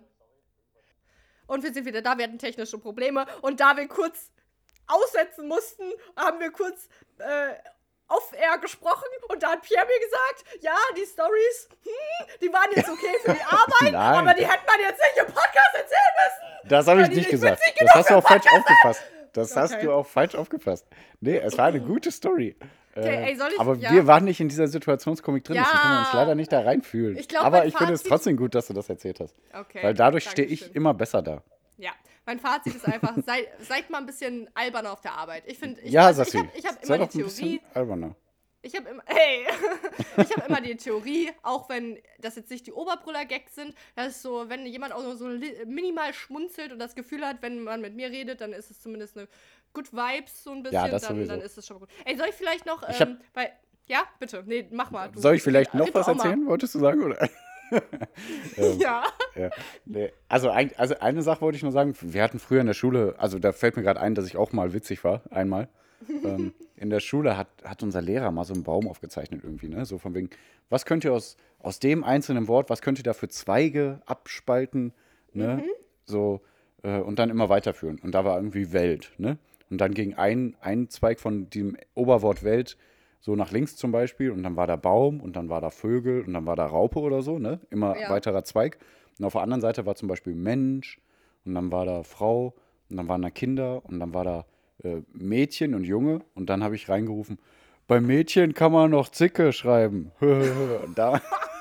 Und wir sind wieder da, wir hatten technische Probleme und da wir kurz aussetzen mussten, haben wir kurz äh, off-air gesprochen und da hat Pierre mir gesagt, ja, die Storys, hm, die waren jetzt okay für die Arbeit, aber die hätte man jetzt nicht im Podcast erzählen müssen. Das habe ich nicht gesagt. Das hast du auch falsch aufgefasst. Das okay. hast du auch falsch aufgefasst. Nee, es war eine gute Story. Okay, ey, soll ich, aber ja. wir waren nicht in dieser Situationskomik drin, ja. deswegen können wir uns leider nicht da reinfühlen. Ich glaub, aber ich finde es trotzdem gut, dass du das erzählt hast. Okay, weil dadurch stehe ich immer besser da. Ja, mein Fazit ist einfach, sei, seid mal ein bisschen alberner auf der Arbeit. Ich finde, ich, ja, also, ich habe ich hab immer die Theorie. Alberner. Ich habe immer, hey, ich habe immer die Theorie, auch wenn das jetzt nicht die Oberbrüller-Gags sind, dass es so, wenn jemand auch nur so li- minimal schmunzelt und das Gefühl hat, wenn man mit mir redet, dann ist es zumindest eine Good Vibes so ein bisschen, ja, das dann, dann ist es schon mal gut. Ey, soll ich vielleicht noch, ich hab, ähm, bei, ja, bitte, nee, mach mal. Du, soll ich vielleicht du, noch was erzählen, mal. Wolltest du sagen, oder? ähm, ja. ja nee. also, ein, also eine Sache wollte ich nur sagen, wir hatten früher in der Schule, also da fällt mir gerade ein, dass ich auch mal witzig war, einmal. ähm, in der Schule hat, hat unser Lehrer mal so einen Baum aufgezeichnet irgendwie, ne? So von wegen, was könnt ihr aus, aus dem einzelnen Wort, was könnt ihr da für Zweige abspalten, ne? Mhm. So, äh, und dann immer weiterführen. Und da war irgendwie Welt, ne? Und dann ging ein, ein Zweig von dem Oberwort Welt so nach links zum Beispiel und dann war da Baum und dann war da Vögel und dann war da Raupe oder so, ne? Immer ja. weiterer Zweig. Und auf der anderen Seite war zum Beispiel Mensch und dann war da Frau und dann waren da Kinder und dann war da äh, Mädchen und Junge und dann habe ich reingerufen, bei Mädchen kann man noch Zicke schreiben. Und da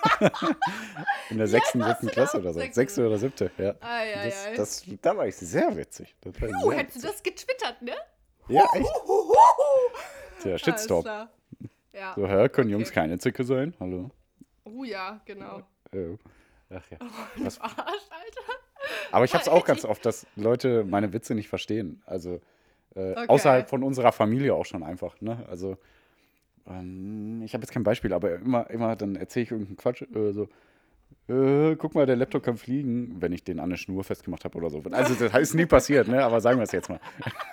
in der sechsten, ja, siebten Klasse oder so. Sechste oder siebte, ja. Ai, ai, das, ai. Das, da war ich sehr witzig. Das war oh, sehr hättest du das getwittert, ne? Ja, echt. Der Shitstorm. Ja. So, hä, können okay. Jungs keine Zicke sein? Hallo? Oh ja, genau. Äh, ach ja. Oh, was? Arsch, Alter. Aber ich hab's auch ganz oft, dass Leute meine Witze nicht verstehen. Also äh, okay. außerhalb von unserer Familie auch schon einfach. Ne? Also ähm, ich habe jetzt kein Beispiel, aber immer, immer dann erzähle ich irgendeinen Quatsch. Äh, so, äh, guck mal, der Laptop kann fliegen, wenn ich den an eine Schnur festgemacht habe oder so. Also das ist nie passiert, ne? Aber sagen wir es jetzt mal.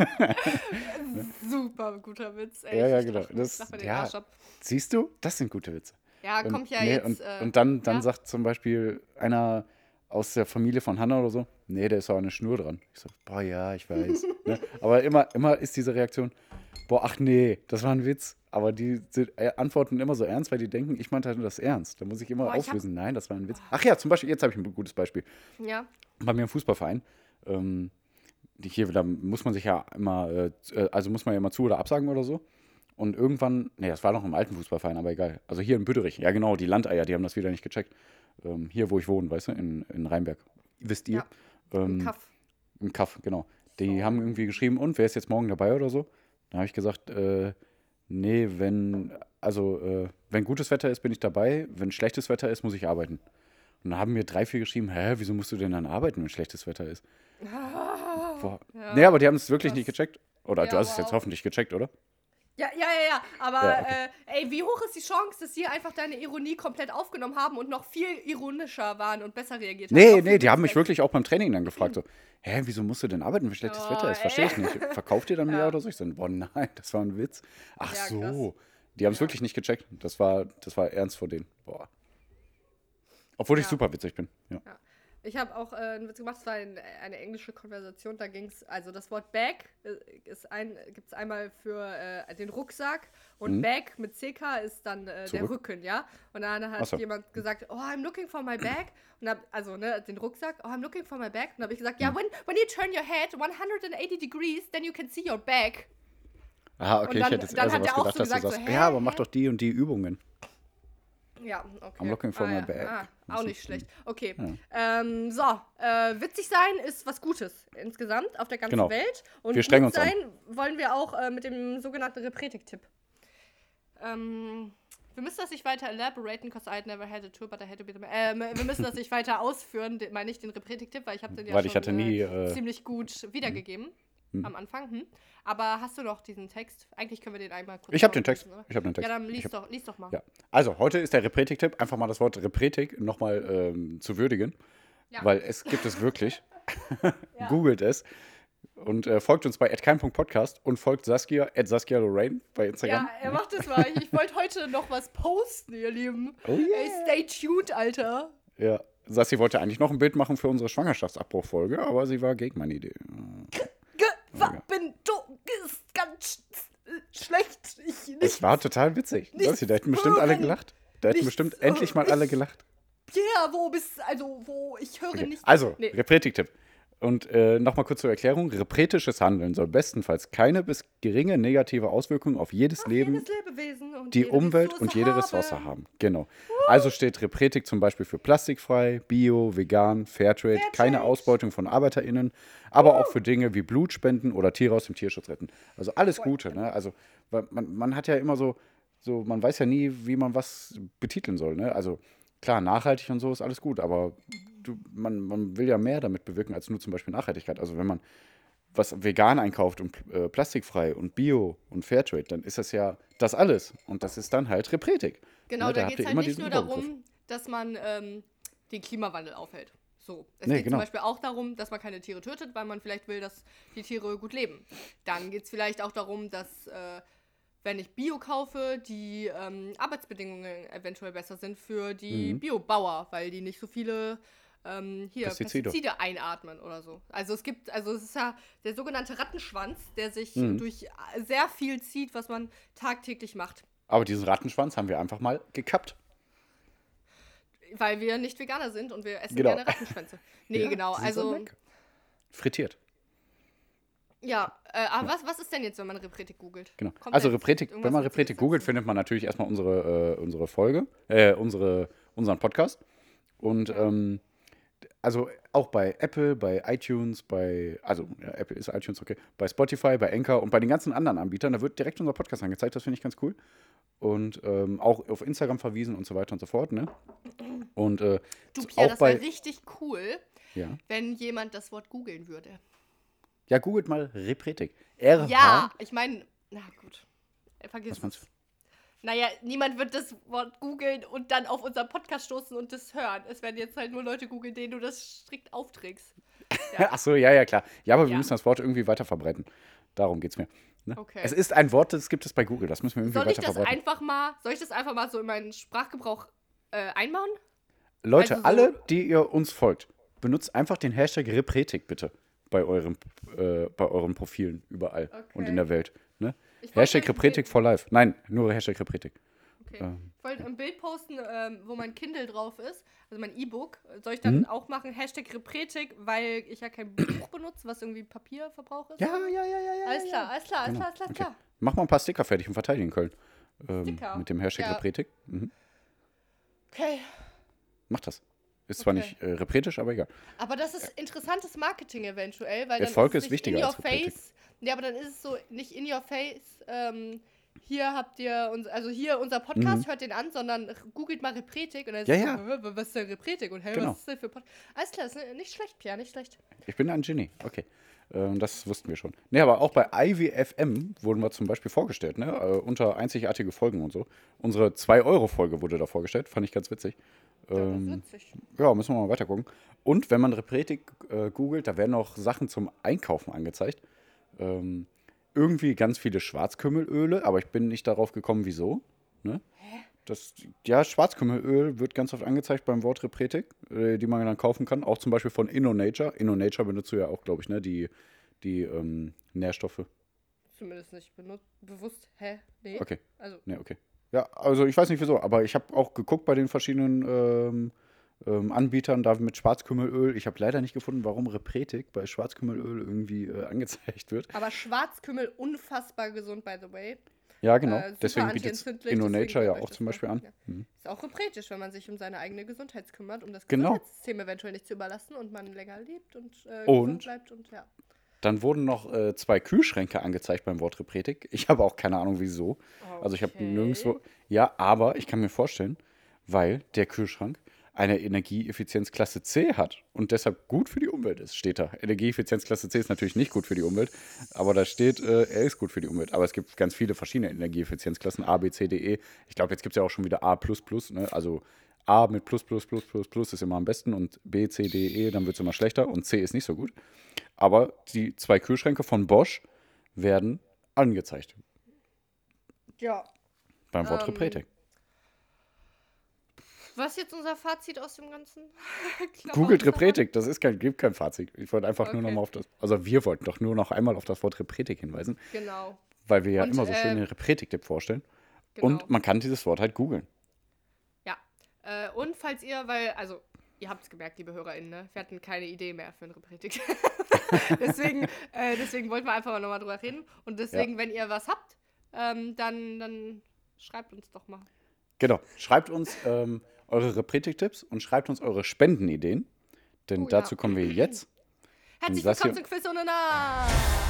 Super guter Witz, ey. Ja, ja, ich genau. Lach, Das, lach ja, siehst du? Das sind gute Witze. Ja, und, kommt ja nee, jetzt. Und, äh, und dann, dann ja? sagt zum Beispiel einer aus der Familie von Hannah oder so, nee, da ist auch eine Schnur dran. Ich so, boah, ja, ich weiß. Ne? Aber immer, immer ist diese Reaktion, boah, ach nee, das war ein Witz. Aber die sind, äh, antworten immer so ernst, weil die denken, ich meinte das ernst. Da muss ich immer boah, auflösen, hab... nein, das war ein Witz. Ach ja, zum Beispiel, jetzt habe ich ein gutes Beispiel. Ja. Bei mir im Fußballverein, ähm, hier, da muss man sich ja immer, äh, also muss man ja immer zu- oder absagen oder so. Und irgendwann, nee, das war noch im alten Fußballverein, aber egal. Also hier in Bütterich, ja genau, die Landeier, die haben das wieder nicht gecheckt. Ähm, hier, wo ich wohne, weißt du, in, in Rheinberg. Wisst ihr? Ja, ähm, im Kaff. Im Kaff, genau. Die oh. haben irgendwie geschrieben, und, wer ist jetzt morgen dabei oder so? Dann habe ich gesagt, äh, nee, wenn, also, äh, wenn gutes Wetter ist, bin ich dabei. Wenn schlechtes Wetter ist, muss ich arbeiten. Und dann haben mir drei, vier geschrieben, hä, wieso musst du denn dann arbeiten, wenn schlechtes Wetter ist? Ah, Boah. ja. Nee, aber die haben es wirklich Krass. nicht gecheckt. Oder ja, du hast es wow. jetzt hoffentlich gecheckt, oder? Ja, ja, ja, ja. Aber Ja, okay. äh, ey, wie hoch ist die Chance, dass sie einfach deine Ironie komplett aufgenommen haben und noch viel ironischer waren und besser reagiert haben? Nee, Noch nee, viel die haben mich witziger. wirklich auch beim Training dann gefragt, so, hä, wieso musst du denn arbeiten, wenn schlechtes Oh, Wetter ist? ey. Verstehe ich nicht. Verkauft ihr dann mehr Ja. oder so? Ich so, boah, nein, das war ein Witz. Ach Ja, so. krass. Die haben es Ja. wirklich nicht gecheckt. Das war, das war ernst vor denen. Boah. Obwohl ich Ja. super witzig bin. Ja. Ja. Ich habe auch äh, einen Witz gemacht, es war ein, eine englische Konversation, da ging es, also das Wort Bag äh, ist ein, gibt es einmal für äh, den Rucksack und Mhm. Bag mit C K ist dann äh, der Zurück. Rücken, ja. Und dann hat Ach so. jemand gesagt, oh, I'm looking for my bag. Und hab, also, ne, den Rucksack, oh, I'm looking for my bag. Und dann habe ich gesagt, ja, Mhm. when, when you turn your head one hundred eighty degrees, then you can see your bag. Ah, Und okay, dann- ich hätte jetzt dann eher hat sowas er auch gedacht, so dass du gesagt, sagst, so, hä, ja, aber mach hä? doch die und die Übungen. Ja, okay. I'm looking for ah, my ja. bag. Ah, Das auch ist- nicht schlecht. Okay. Ja. Ähm, so, äh, witzig sein ist was Gutes insgesamt auf der ganzen Genau. Welt. Und Wir strengen gut uns an. sein wollen wir auch äh, mit dem sogenannten Repretik-Tipp. Ähm, wir müssen das nicht weiter elaboraten, because I had never had a tour, but I had to be the man. Ähm, wir müssen das nicht weiter ausführen, den- meine ich den Repretik-Tipp, weil ich habe den ja Weil schon ich hatte nie, äh, äh, ziemlich gut wiedergegeben am Anfang. Hm. Aber hast du noch diesen Text? Eigentlich können wir den einmal kurz Ich habe den Text. vorlesen, oder? Ich habe den Text. Ja, dann Ich lies hab- doch, lies doch mal. Ja. Also, heute ist der Repretik-Tipp, einfach mal das Wort Repretik nochmal ähm, zu würdigen, Ja. weil es gibt es wirklich. Googelt es und äh, folgt uns bei @kein.podcast und folgt Saskia at Saskia Lorraine bei Instagram. Ja, er macht das mal. Ich, ich wollte heute noch was posten, ihr Lieben. Oh yeah. Ey, stay tuned, Alter. Ja. Sassi wollte eigentlich noch ein Bild machen für unsere Schwangerschaftsabbruchfolge, aber sie war gegen meine Idee. Gewappen, du ist ganz sch schlecht. Ich nicht. Es war total witzig. Nicht Sassi, da hätten bestimmt alle hören. gelacht. Da hätten Nicht bestimmt hören. endlich mal alle Ich- gelacht. Ja, wo bist also wo ich höre Okay. nicht. Also, Nee. Repretik-Tipp. Und äh, nochmal kurz zur Erklärung. Repretisches Handeln soll bestenfalls keine bis geringe negative Auswirkungen auf jedes Leben, jedes Lebewesen und die jede Umwelt Ressource und jede haben. Ressource haben. Genau. Also steht Repretik zum Beispiel für plastikfrei, bio, vegan, Fairtrade, Fairtrade. keine Ausbeutung von ArbeiterInnen, aber auch für Dinge wie Blutspenden oder Tiere aus dem Tierschutz retten. Also alles Gute. Ne? Also weil man, man hat ja immer so, so, man weiß ja nie, wie man was betiteln soll. Ne? Also klar, nachhaltig und so ist alles gut, aber du, man, man will ja mehr damit bewirken als nur zum Beispiel Nachhaltigkeit. Also wenn man was vegan einkauft und äh, plastikfrei und bio und Fairtrade, dann ist das ja das alles. Und das ist dann halt Repretik. Genau, Ne, da habt geht ihr es halt immer nicht diesen nur Überbegriff. darum, dass man ähm, den Klimawandel aufhält. So. Es Nee, geht genau. zum Beispiel auch darum, dass man keine Tiere tötet, weil man vielleicht will, dass die Tiere gut leben. Dann geht es vielleicht auch darum, dass, äh, wenn ich Bio kaufe, die ähm, Arbeitsbedingungen eventuell besser sind für die Mhm. Biobauer, weil die nicht so viele ähm, hier Pestizide. Pestizide. einatmen oder so. Also es gibt, also es ist ja der sogenannte Rattenschwanz, der sich Mhm. durch sehr viel zieht, was man tagtäglich macht. Aber diesen Rattenschwanz haben wir einfach mal gekappt. Weil wir nicht Veganer sind und wir essen Genau. gerne Rattenschwänze. Nee, Ja, genau. sie sind Also, lecker. Frittiert. ja. Äh, aber was, was ist denn jetzt, wenn man Repretik googelt? Genau. Kommt Also da jetzt Repretik, irgendwas wenn man Witziges Repretik googelt, dazu? findet man natürlich erstmal unsere, äh, unsere Folge, äh, unsere, unseren Podcast. Und ähm, also auch bei Apple, bei iTunes, bei, also ja, Apple ist iTunes, okay, bei Spotify, bei Anchor und bei den ganzen anderen Anbietern, da wird direkt unser Podcast angezeigt, das finde ich ganz cool. Und ähm, auch auf Instagram verwiesen und so weiter und so fort, ne? Und äh, Du, Pia, auch das bei, wäre richtig cool, ja. wenn jemand das Wort googeln würde. Ja, googelt mal Repretik. R H. Ja, ich meine, na gut. Äh, Vergiss Was meinst es. Naja, niemand wird das Wort googeln und dann auf unseren Podcast stoßen und das hören. Es werden jetzt halt nur Leute googeln, denen du das strikt aufträgst. Ach so, ja, ja, klar. Ja, aber wir Ja. müssen das Wort irgendwie weiter verbreiten. Darum geht's mir. Ne? Okay. Es ist ein Wort, das gibt es bei Google. Das müssen wir irgendwie Soll ich weiter das verbreiten. einfach mal, soll ich das einfach mal so in meinen Sprachgebrauch äh, einbauen? Leute, also so- alle, die ihr uns folgt, benutzt einfach den Hashtag Repretik bitte bei euren, äh, bei euren Profilen überall Okay. und in der Welt. Ne? Ich wollte Hashtag ein Repretik for life. Nein, nur Hashtag Repretik. Okay. Ähm. Ich wollte ein Bild posten, ähm, wo mein Kindle drauf ist, also mein E-Book. Soll ich dann Mhm. auch machen, Hashtag Repretik, weil ich ja kein Buch benutze, was irgendwie Papierverbrauch ist? Ja, ja, ja, ja, ja. Alles ja. klar, alles klar, alles Genau. klar, alles klar, Okay. klar. Mach mal ein paar Sticker fertig und verteidigen in Köln. Ähm, Sticker? mit dem Hashtag Ja. Repretik. Mhm. Okay. Mach das. Ist zwar Okay. nicht äh, repretisch, aber egal. Aber das ist interessantes Marketing eventuell, weil Der dann Erfolg ist, ist es nicht wichtiger in your als Repretik. face. Ja, aber dann ist es so nicht in your face, ähm, hier habt ihr, uns, also hier unser Podcast, hört den an, sondern googelt mal Repretik und dann Ja, ist ja. so, "Hä, was ist denn Repretik und hey, Genau. was ist denn für Podcast? Alles klar, ist nicht schlecht, Pierre, nicht schlecht. Ich bin ein Genie, okay. Ähm, das wussten wir schon. Nee, aber auch bei I W F M wurden wir zum Beispiel vorgestellt, ne? Äh, unter einzigartige Folgen und so. Unsere zwei Euro Folge wurde da vorgestellt, fand ich ganz witzig. Ja, das Ähm, ist witzig. Ja, müssen wir mal weiter gucken. Und wenn man Repretik äh, googelt, da werden auch Sachen zum Einkaufen angezeigt. Ähm, irgendwie ganz viele Schwarzkümmelöle, aber ich bin nicht darauf gekommen, wieso. Ne? Das, ja, Schwarzkümmelöl wird ganz oft angezeigt beim Wort Repretik, äh, die man dann kaufen kann. Auch zum Beispiel von InnoNature. InnoNature benutzt du ja auch, glaube ich, ne? Die, die ähm, Nährstoffe. Zumindest nicht benutzt, bewusst. Hä? Nee. Okay. Also, Ne, okay. Ja, also ich weiß nicht wieso, aber ich habe auch geguckt bei den verschiedenen ähm, ähm, Anbietern da mit Schwarzkümmelöl. Ich habe leider nicht gefunden, warum Repretik bei Schwarzkümmelöl irgendwie äh, angezeigt wird. aber Schwarzkümmel unfassbar gesund, by the way. Ja, genau. Äh, super Deswegen bietet antientzündlich, InnoNature deswegen ja gönnt euch auch das zum mal. Beispiel an. Ja. Mhm. Ist auch repretisch, wenn man sich um seine eigene Gesundheit kümmert, um das Genau. Gesundheitssystem eventuell nicht zu überlassen und man länger lebt und, äh, Und? gesund bleibt und ja. Dann wurden noch äh, zwei Kühlschränke angezeigt beim Wort Repretik. Ich habe auch keine Ahnung, wieso. Also ich habe Okay. nirgendwo. Ja, aber ich kann mir vorstellen, weil der Kühlschrank eine Energieeffizienzklasse C hat und deshalb gut für die Umwelt ist, steht da. Energieeffizienzklasse C ist natürlich nicht gut für die Umwelt, aber da steht, äh, er ist gut für die Umwelt. Aber es gibt ganz viele verschiedene Energieeffizienzklassen, A, B, C, D, E. Ich glaube, jetzt gibt es ja auch schon wieder A plus plus, ne? Also A mit plus plus plus plus plus ist immer am besten und B, C, D, E, dann wird es immer schlechter und C ist nicht so gut. Aber die zwei Kühlschränke von Bosch werden angezeigt Ja. beim Wort Ähm, Repretik. Was ist jetzt unser Fazit aus dem Ganzen? Googelt Repretik, das ist kein, gibt kein Fazit. Ich wollte einfach nur Okay. noch mal auf das, also wir wollten doch nur noch einmal auf das Wort Repretik hinweisen, Genau. weil wir ja Und, immer so äh, schön den Repretik-Tipp vorstellen. Genau. Und man kann dieses Wort halt googeln. Ja. Äh, und falls ihr, weil, also, ihr habt es gemerkt, liebe HörerInnen, ne? Wir hatten keine Idee mehr für ein Repretik. deswegen, äh, deswegen wollten wir einfach mal nochmal drüber reden. Und deswegen, wenn ihr was habt, ähm, dann, dann schreibt uns doch mal. Genau. Schreibt uns ähm, eure Repretik-Tipps und schreibt uns eure Spendenideen, denn Oh, ja. dazu kommen wir jetzt. Herzlich das willkommen hier- zum Quiz ohne Namen.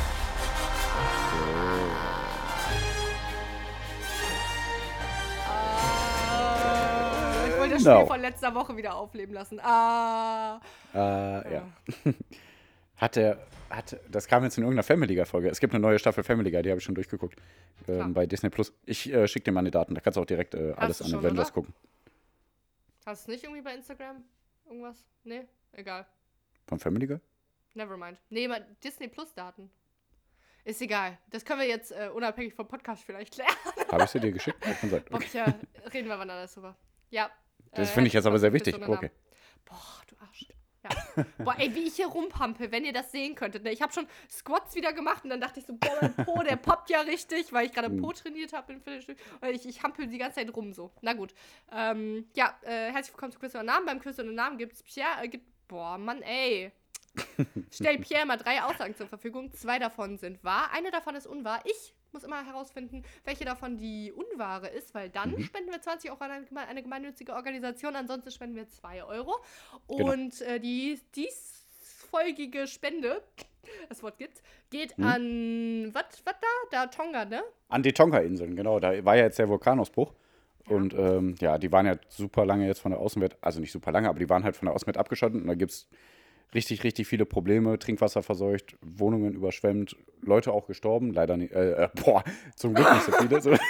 Ah, ich wollte das Genau. Spiel von letzter Woche wieder aufleben lassen. Ah. Äh, ja. Hat der, hat, das kam jetzt in irgendeiner Family Guy-Folge. Es gibt eine neue Staffel Family Guy, die habe ich schon durchgeguckt. Klar. Ähm, bei Disney Plus. Ich äh, schicke dir meine Daten, da kannst du auch direkt äh, alles du an schon, Avengers oder? gucken. Hast du nicht irgendwie bei Instagram irgendwas? Nee? Egal. Von Family Guy? Nevermind. Nee, mal Disney Plus Daten. Ist egal. Das können wir jetzt äh, unabhängig vom Podcast vielleicht klären. Habe ich sie dir geschickt? Ja, kann sein. Bock, Okay. ja, reden wir wann anders drüber. Ja. Das äh, finde ich jetzt aber sehr herzlich wichtig. willkommen zum Okay. Quiz ohne Namen. Boah, du Arsch. Ja. Boah, ey, wie ich hier rumpampel, wenn ihr das sehen könntet. Ne? Ich habe schon Squats wieder gemacht und dann dachte ich so, boah, mein Po, der poppt ja richtig, weil ich gerade Hm. Po trainiert habe im Viertelstück. Und ich, ich hampel die ganze Zeit rum so. Na gut. Ähm, ja, äh, herzlich willkommen zu Quiz ohne Namen. Beim Quiz ohne Namen gibt es Pierre, äh, gibt, boah, Mann, ey. Stell Pierre mal drei Aussagen zur Verfügung. Zwei davon sind wahr, eine davon ist unwahr. Ich muss immer herausfinden, welche davon die unwahre ist, weil dann Mhm. spenden wir zwanzig Euro an eine, geme- eine gemeinnützige Organisation, ansonsten spenden wir zwei Euro. Genau. Und äh, die diesfolgige Spende, das Wort gibt's, geht Mhm. an, was da? Da Tonga, ne? An die Tonga-Inseln, genau. Da war ja jetzt der Vulkanausbruch. Und ähm, ja, die waren ja super lange jetzt von der Außenwelt, also nicht super lange, aber die waren halt von der Außenwelt abgeschottet. Und da gibt es richtig, richtig viele Probleme. Trinkwasser verseucht, Wohnungen überschwemmt, Leute auch gestorben. Leider nicht, äh, äh, boah, zum Glück nicht so viele. So.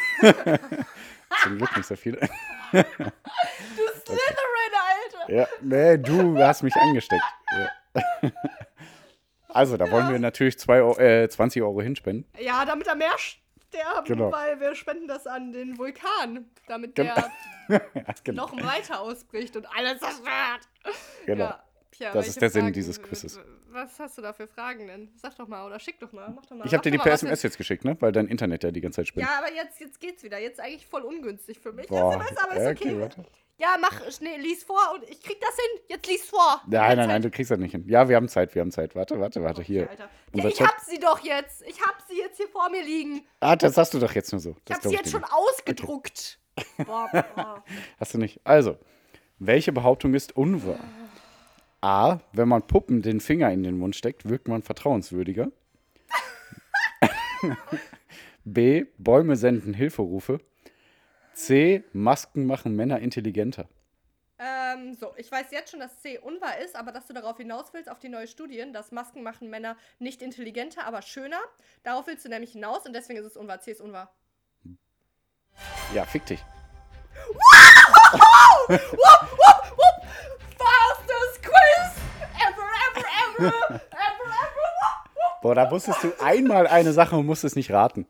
Zum Glück nicht so viele. Du Slytherin, Alter! Ja, nee, du hast mich angesteckt. Ja. Also, da wollen wir natürlich zwei, Eu- äh, zwanzig Euro hinspenden. Ja, damit er mehr sterben, Genau. weil wir spenden das an den Vulkan, damit Gen- der Ja, genau. noch weiter ausbricht und alles zerstört. Genau. Ja, Pia, Das welche ist der Sinn Fragen- dieses Quizzes. Was hast du da für Fragen denn? Sag doch mal oder schick doch mal, mach doch mal. Ich habe Mach dir die doch per mal, S M was S jetzt geschickt, ne? Weil dein Internet ja die ganze Zeit spinnt. Ja, aber jetzt, jetzt geht's wieder. Jetzt eigentlich voll ungünstig für mich. Boah. S M S, aber ist Ja, okay. warte. Ja, mach schnell, lies vor und ich krieg das hin. Jetzt lies vor. Nein, nein, nein, du kriegst das nicht hin. Ja, wir haben Zeit, wir haben Zeit. Warte, warte, warte, hier. Alter. Ja, Unser ich Chat. hab sie doch jetzt. Ich hab sie jetzt hier vor mir liegen. Ah, das hast du doch jetzt nur so. Ich Das hab sie glaub jetzt dir schon ausgedruckt. Boah, boah. nicht. Hast du nicht. Also, welche Behauptung ist unwahr? A, wenn man Puppen den Finger in den Mund steckt, wirkt man vertrauenswürdiger. B. Bäume senden Hilferufe. C. Masken machen Männer intelligenter. Ähm, so, ich weiß jetzt schon, dass C unwahr ist, aber dass du darauf hinaus willst, auf die neue Studien, dass Masken machen Männer nicht intelligenter, aber schöner. Darauf willst du nämlich hinaus und deswegen ist es unwahr. C ist unwahr. Ja, fick dich. Wupp, wupp, wupp. Fastest quiz ever, ever, ever, ever, ever, wupp, wupp. Boah, da musstest du einmal eine Sache und musstest nicht raten.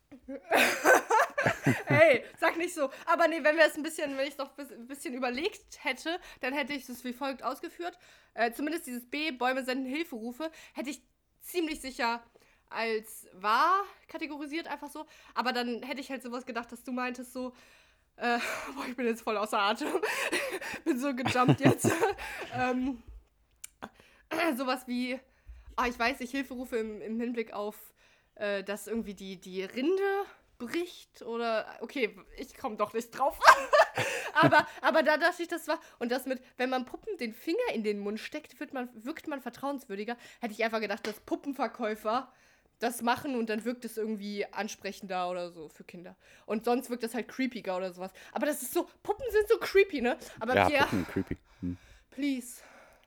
Hey, sag nicht so. Aber nee, wenn wir es ein bisschen, wenn ich es noch ein bisschen überlegt hätte, dann hätte ich es wie folgt ausgeführt. Äh, zumindest dieses B, Bäume senden Hilferufe, hätte ich ziemlich sicher als wahr kategorisiert, einfach so. Aber dann hätte ich halt sowas gedacht, dass du meintest so, äh, boah, ich bin jetzt voll außer Atem. Bin so gejumpt jetzt. ähm, sowas wie, ah, ich weiß nicht, Hilferufe im, im Hinblick auf, äh, dass irgendwie die, die Rinde bricht oder, okay, ich komme doch nicht drauf. aber, aber da dachte ich, das war, und das mit, wenn man Puppen den Finger in den Mund steckt, wird man, wirkt man vertrauenswürdiger. Hätte ich einfach gedacht, dass Puppenverkäufer das machen und dann wirkt es irgendwie ansprechender oder so für Kinder. Und sonst wirkt das halt creepiger oder sowas. Aber das ist so, Puppen sind so creepy, ne? Aber Ja, Pierre, Puppen, creepy. Hm. please,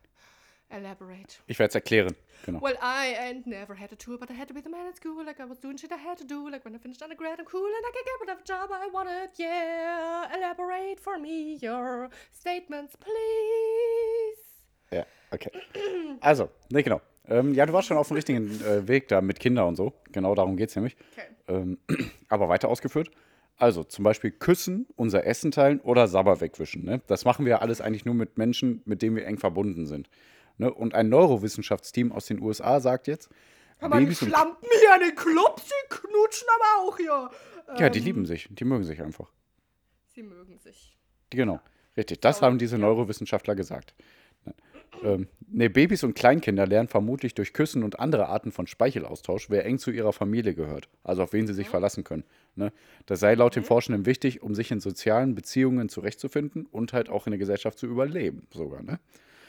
elaborate. Ich werde es erklären. Genau. Well, I ain't never had a tour, but I had to be the man at school. Like I was doing shit I had to do. Like when I finished undergrad, I'm cool and I can get whatever job I wanted. Yeah, elaborate for me your statements, please. Ja, okay. Also, ne, genau. Ähm, ja, du warst schon auf dem richtigen äh, Weg da mit Kindern und so. Genau darum geht es nämlich. Okay. Ähm, aber weiter ausgeführt. Also zum Beispiel küssen, unser Essen teilen oder Sabber wegwischen. Ne? Das machen wir alles eigentlich nur mit Menschen, mit denen wir eng verbunden sind. Ne? Und ein Neurowissenschaftsteam aus den U S A sagt jetzt, Kann man Babys und- Schlampen hier an den Club, sie knutschen aber auch hier. ja, die Ähm, lieben sich, die mögen sich einfach. Sie mögen sich. Die, genau, richtig. Das Aber- haben diese Neurowissenschaftler gesagt. Ähm, ne, Babys und Kleinkinder lernen vermutlich durch Küssen und andere Arten von Speichelaustausch, wer eng zu ihrer Familie gehört, also auf wen sie sich verlassen können. Ne? Das sei laut den Forschenden wichtig, um sich in sozialen Beziehungen zurechtzufinden und halt auch in der Gesellschaft zu überleben, sogar. Ne?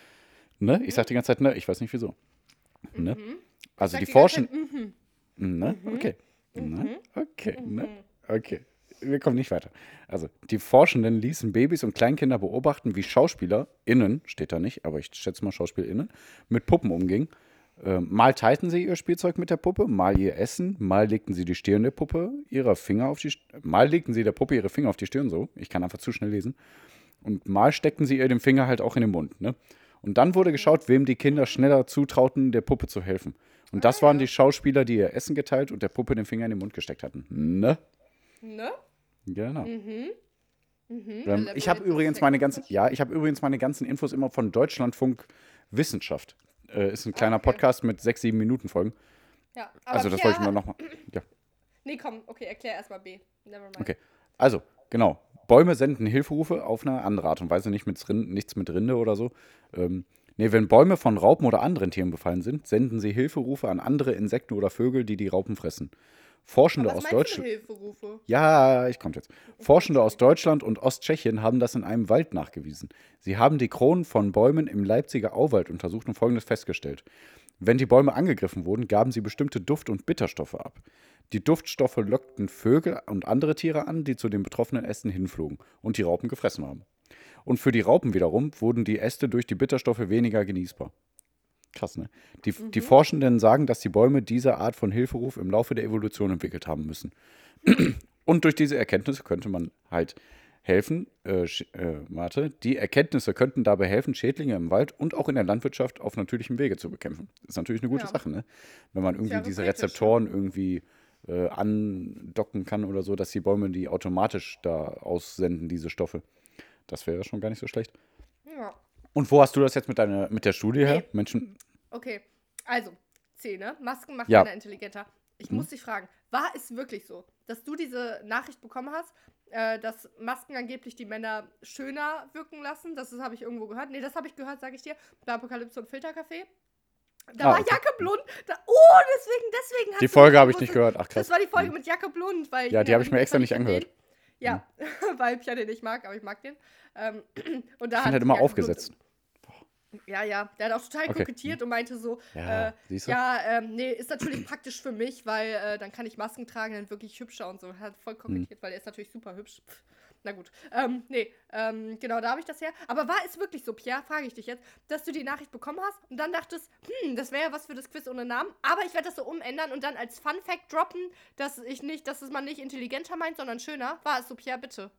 Ne? Ich sag die ganze Zeit, ne, ich weiß nicht wieso. Ne? Also Sag die die ganze Forschen. Zeit, mhm. Ne? Okay. Ne? Okay. Ne? Okay. Wir kommen nicht weiter. Also, die Forschenden ließen Babys und Kleinkinder beobachten, wie SchauspielerInnen, steht da nicht, aber ich schätze mal SchauspielerInnen, mit Puppen umgingen. Ähm, mal teilten sie ihr Spielzeug mit der Puppe, mal ihr Essen, mal legten sie die Stirn der Puppe ihre Finger auf die St- mal legten sie der Puppe ihre Finger auf die Stirn, so, ich kann einfach zu schnell lesen. Und mal steckten sie ihr den Finger halt auch in den Mund, ne? Und dann wurde geschaut, wem die Kinder schneller zutrauten, der Puppe zu helfen. Und das waren die Schauspieler, die ihr Essen geteilt und der Puppe den Finger in den Mund gesteckt hatten. Ne? Ne? Genau. Mhm. Mhm. Ähm, ich habe übrigens meine ganzen, ja, ich habe übrigens meine ganzen Infos immer von Deutschlandfunk Wissenschaft. Äh, ist ein kleiner okay. Podcast mit sechs, sieben Minuten Folgen. Ja, aber Also das Pierre wollte ich mir hat- nochmal. Ja, Nee, komm, okay, erklär erstmal B. Never mind. okay. Also, genau. Bäume senden Hilferufe auf eine andere Art und Weise, nicht mit Rind, nichts mit Rinde oder so. Ähm, nee, wenn Bäume von Raupen oder anderen Tieren befallen sind, senden sie Hilferufe an andere Insekten oder Vögel, die die Raupen fressen. Forschende Was aus meinst du Deutschland. mit Hilferufe? Ja, ich komme jetzt. Forschende aus Deutschland und Osttschechien haben das in einem Wald nachgewiesen. Sie haben die Kronen von Bäumen im Leipziger Auwald untersucht und Folgendes festgestellt. Wenn die Bäume angegriffen wurden, gaben sie bestimmte Duft- und Bitterstoffe ab. Die Duftstoffe lockten Vögel und andere Tiere an, die zu den betroffenen Ästen hinflogen und die Raupen gefressen haben. Und für die Raupen wiederum wurden die Äste durch die Bitterstoffe weniger genießbar. Krass, ne? Die, die Forschenden sagen, dass die Bäume diese Art von Hilferuf im Laufe der Evolution entwickelt haben müssen. Und durch diese Erkenntnisse könnte man halt helfen, äh, sch- äh, warte, die Erkenntnisse könnten dabei helfen, Schädlinge im Wald und auch in der Landwirtschaft auf natürlichem Wege zu bekämpfen. Das ist natürlich eine gute Ja. Sache, ne? Wenn man irgendwie ja diese praktisch, Rezeptoren irgendwie äh, andocken kann oder so, dass die Bäume die automatisch da aussenden, diese Stoffe. Das wäre schon gar nicht so schlecht. Ja. Und wo hast du das jetzt mit deiner, mit der Studie her? Nee. Menschen, Okay, also, C, ne? Masken machen Ja. Männer intelligenter. Ich muss dich fragen, war es wirklich so, dass du diese Nachricht bekommen hast, äh, dass Masken angeblich die Männer schöner wirken lassen? Das habe ich irgendwo gehört. Nee, das habe ich gehört, sage ich dir, bei Apokalypse und Filtercafé. Da Ah, war okay. Jacke Blund. Da, oh, deswegen, deswegen hast Die du Folge mich habe ich gewusst. nicht gehört. Ach krass. Das war die Folge mit Jacke Blund. Weil Ja, die habe ich mir das extra fand nicht den- angehört. Ja, weil ich ja den nicht mag, aber ich mag den. Ähm, und da Ich hat bin halt immer Jacke aufgesetzt. Blund, Ja, ja, der hat auch total Okay. kokettiert und meinte so, Ja, äh, siehst du? ja, ähm, nee, ist natürlich praktisch für mich, weil äh, dann kann ich Masken tragen, dann wirklich hübscher und so. Er hat voll Hm. kokettiert, weil er ist natürlich super hübsch. Pff, na gut. Ähm, nee, ähm, genau, da habe ich das her. Aber war es wirklich so, Pierre, frage ich dich jetzt, dass du die Nachricht bekommen hast und dann dachtest, hm, das wäre ja was für das Quiz ohne Namen, aber ich werde das so umändern und dann als Fun Fact droppen, dass ich nicht, dass es man nicht intelligenter meint, sondern schöner. War es so, Pierre, bitte?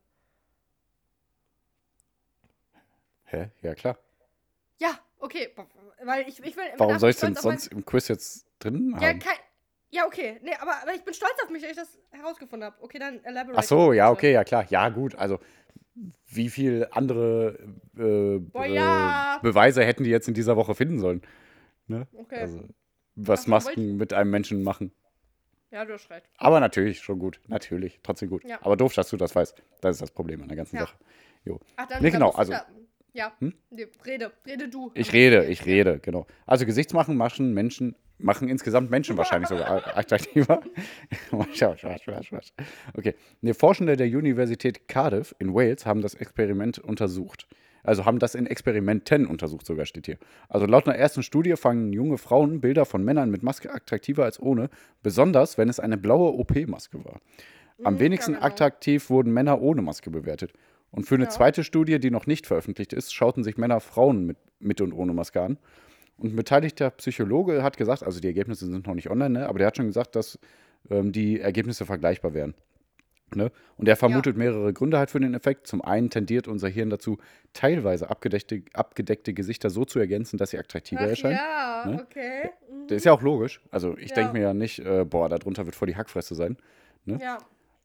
Hä? Ja, klar. Ja, okay, weil ich, ich will. Warum darf soll mich ich denn stolz auf mein- sonst im Quiz jetzt drin Ja, haben? kein. Ja, okay. Nee, aber, aber ich bin stolz auf mich, dass ich das herausgefunden habe. Okay, dann elaborate. Ach so, ja, bitte. okay, ja klar. Ja, gut. Also, wie viel andere äh, Boah, äh, ja. Beweise hätten die jetzt in dieser Woche finden sollen? Ne? Okay. Also, was Ach so, Masken mit einem Menschen machen. Ja, du hast recht. Aber natürlich, schon gut. Natürlich, trotzdem gut. Ja. Aber doof, dass du das weißt. Das ist das Problem an der ganzen Ja. Sache. Jo. Ach, dann, Nee, dann genau, musst du also- Da, ja, nee, rede, rede du. Ich rede, ich rede, genau. Also Gesichtsmachen machen Menschen, machen insgesamt Menschen wahrscheinlich sogar a- attraktiver. Schau, schau, schau, schau. Okay. Ne, Forschende der Universität Cardiff in Wales haben das Experiment untersucht. Also haben das in Experimenten untersucht, sogar steht hier. Also laut einer ersten Studie fanden junge Frauen Bilder von Männern mit Maske attraktiver als ohne, besonders wenn es eine blaue O P-Maske war. Am Mm, wenigsten ja, genau. attraktiv wurden Männer ohne Maske bewertet. Und für eine Ja. zweite Studie, die noch nicht veröffentlicht ist, schauten sich Männer Frauen mit, mit und ohne Maske an. Und ein beteiligter Psychologe hat gesagt, also die Ergebnisse sind noch nicht online, ne, aber der hat schon gesagt, dass ähm, die Ergebnisse vergleichbar wären. Ne? Und er vermutet mehrere Gründe halt für den Effekt. Zum einen tendiert unser Hirn dazu, teilweise abgedeckte, abgedeckte Gesichter so zu ergänzen, dass sie attraktiver Ach, erscheinen. ja, ne? okay. Mhm. Das ist ja auch logisch. Also ich Ja. denke mir ja nicht, äh, boah, darunter wird voll die Hackfresse sein. Ja,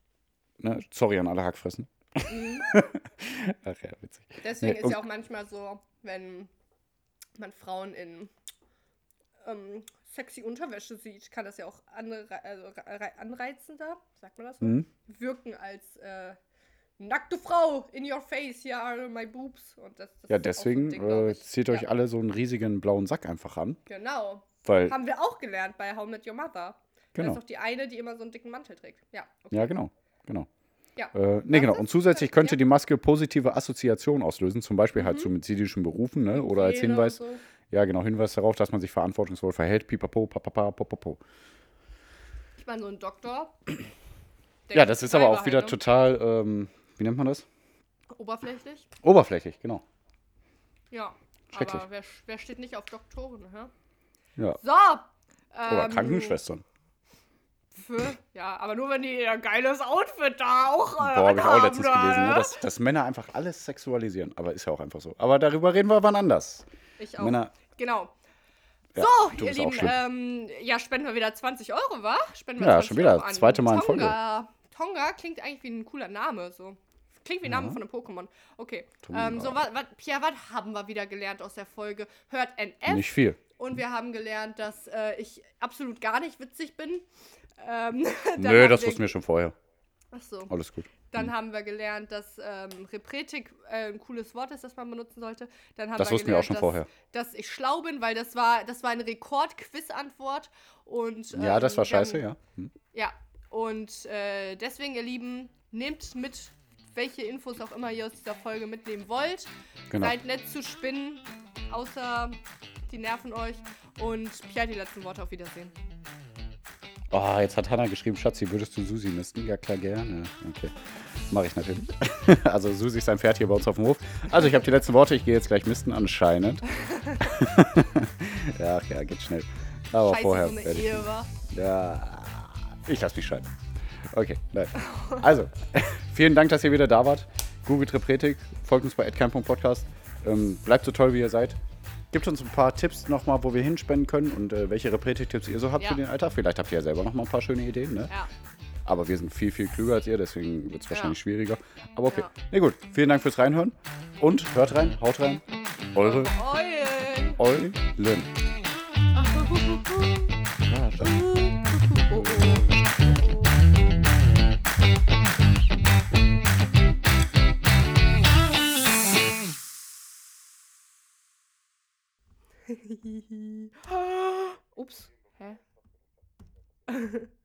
Ne? Sorry an alle Hackfressen. mhm. Ach ja, witzig. Deswegen Nee, ist und- ja auch manchmal so, wenn man Frauen in ähm, sexy Unterwäsche sieht, kann das ja auch anre also re- anreizender, sagt man das so, Mhm. wirken als äh, nackte Frau in your face, here are my boobs. Und das, das Ja, ist auch so ein deswegen Ding, glaub äh, ich. zieht euch Ja, alle so einen riesigen blauen Sack einfach an. genau. Weil, Haben wir auch gelernt bei How I Met Your Mother. Da Genau. ist doch die eine, die immer so einen dicken Mantel trägt. Ja, okay. ja, genau, genau. Ja. Äh, nee, genau. ist- Und zusätzlich ja. könnte die Maske positive Assoziationen auslösen, zum Beispiel halt Mhm. zu medizinischen Berufen, ne? Oder als Hygiene Hinweis, und so. ja genau, Hinweis darauf, dass man sich verantwortungsvoll verhält, pipapo, papapa, popopo. Ich meine, so ein Doktor. der Ja, kann das ist selber aber auch halt, wieder ne? total, ähm, wie nennt man das? Oberflächlich. Oberflächlich, genau. Ja. Schrecklich. Aber wer, wer steht nicht auf Doktoren, hä? Ja. So. Oder ähm, Krankenschwestern. Für, ja, aber nur wenn die ihr geiles Outfit da auch. Äh, Boah, habe ich auch anhaben, letztens da, gelesen, ne? ne? dass, dass Männer einfach alles sexualisieren. Aber ist ja auch einfach so. Aber darüber reden wir wann anders. Ich auch. Männer, Genau. ja, So, du ihr bist auch Lieben, schlimm. ähm, ja, spenden wir wieder zwanzig Euro, wa? Spenden wir Ja, zwanzig schon wieder. Euro an Zweite Mal in Folge. Tonga. Tonga klingt eigentlich wie ein cooler Name, so. Klingt wie ein Name Ja. von einem Pokémon. Okay. Tonga. Ähm, so, was, was, Pierre, was haben wir wieder gelernt aus der Folge? Hört N F. Nicht viel. Und wir haben gelernt, dass äh, ich absolut gar nicht witzig bin. Ähm, dann Nö, haben das wir- wussten wir schon vorher. Ach so. Alles gut. Dann haben wir gelernt, dass ähm, Repretik äh, ein cooles Wort ist, das man benutzen sollte. Dann haben Das wir wussten wir auch gelernt, schon dass, vorher. dass ich schlau bin, weil das war, das war eine Rekord-Quiz-Antwort. Und, Ja, ähm, das war wir haben- scheiße, ja. Hm. Ja, und äh, deswegen, ihr Lieben, nehmt mit, welche Infos auch immer ihr aus dieser Folge mitnehmen wollt. Genau. Seid nett zu spinnen, außer die nerven euch. Und Pierre, die letzten Worte, auf Wiedersehen. Oh, jetzt hat Hannah geschrieben, Schatzi, würdest du Susi misten? Ja, klar, gerne. Okay, mache ich natürlich. Also Susi ist ein Pferd hier bei uns auf dem Hof. Also ich habe die letzten Worte, ich gehe jetzt gleich misten, anscheinend. Ja, ja, geht schnell. Aber Scheiße, vorher so eine werde ich... Ehe war. Ja, ich lasse mich scheiden. Okay, nein. Also, vielen Dank, dass ihr wieder da wart. Googelt Repretik, folgt uns bei adcamp.podcast. Ähm, bleibt so toll, wie ihr seid. Gebt uns ein paar Tipps nochmal, wo wir hinspenden können und äh, welche Repretik-Tipps ihr so habt Ja. für den Alltag. Vielleicht habt ihr ja selber nochmal ein paar schöne Ideen, ne? Ja. Aber wir sind viel, viel klüger als ihr, deswegen wird es wahrscheinlich Ja. schwieriger. Aber okay. Ja. Na gut, vielen Dank fürs Reinhören und hört rein, haut rein. Eure Eulen. Eulen. Ja, schön. Oh, oh. Ups. Hä?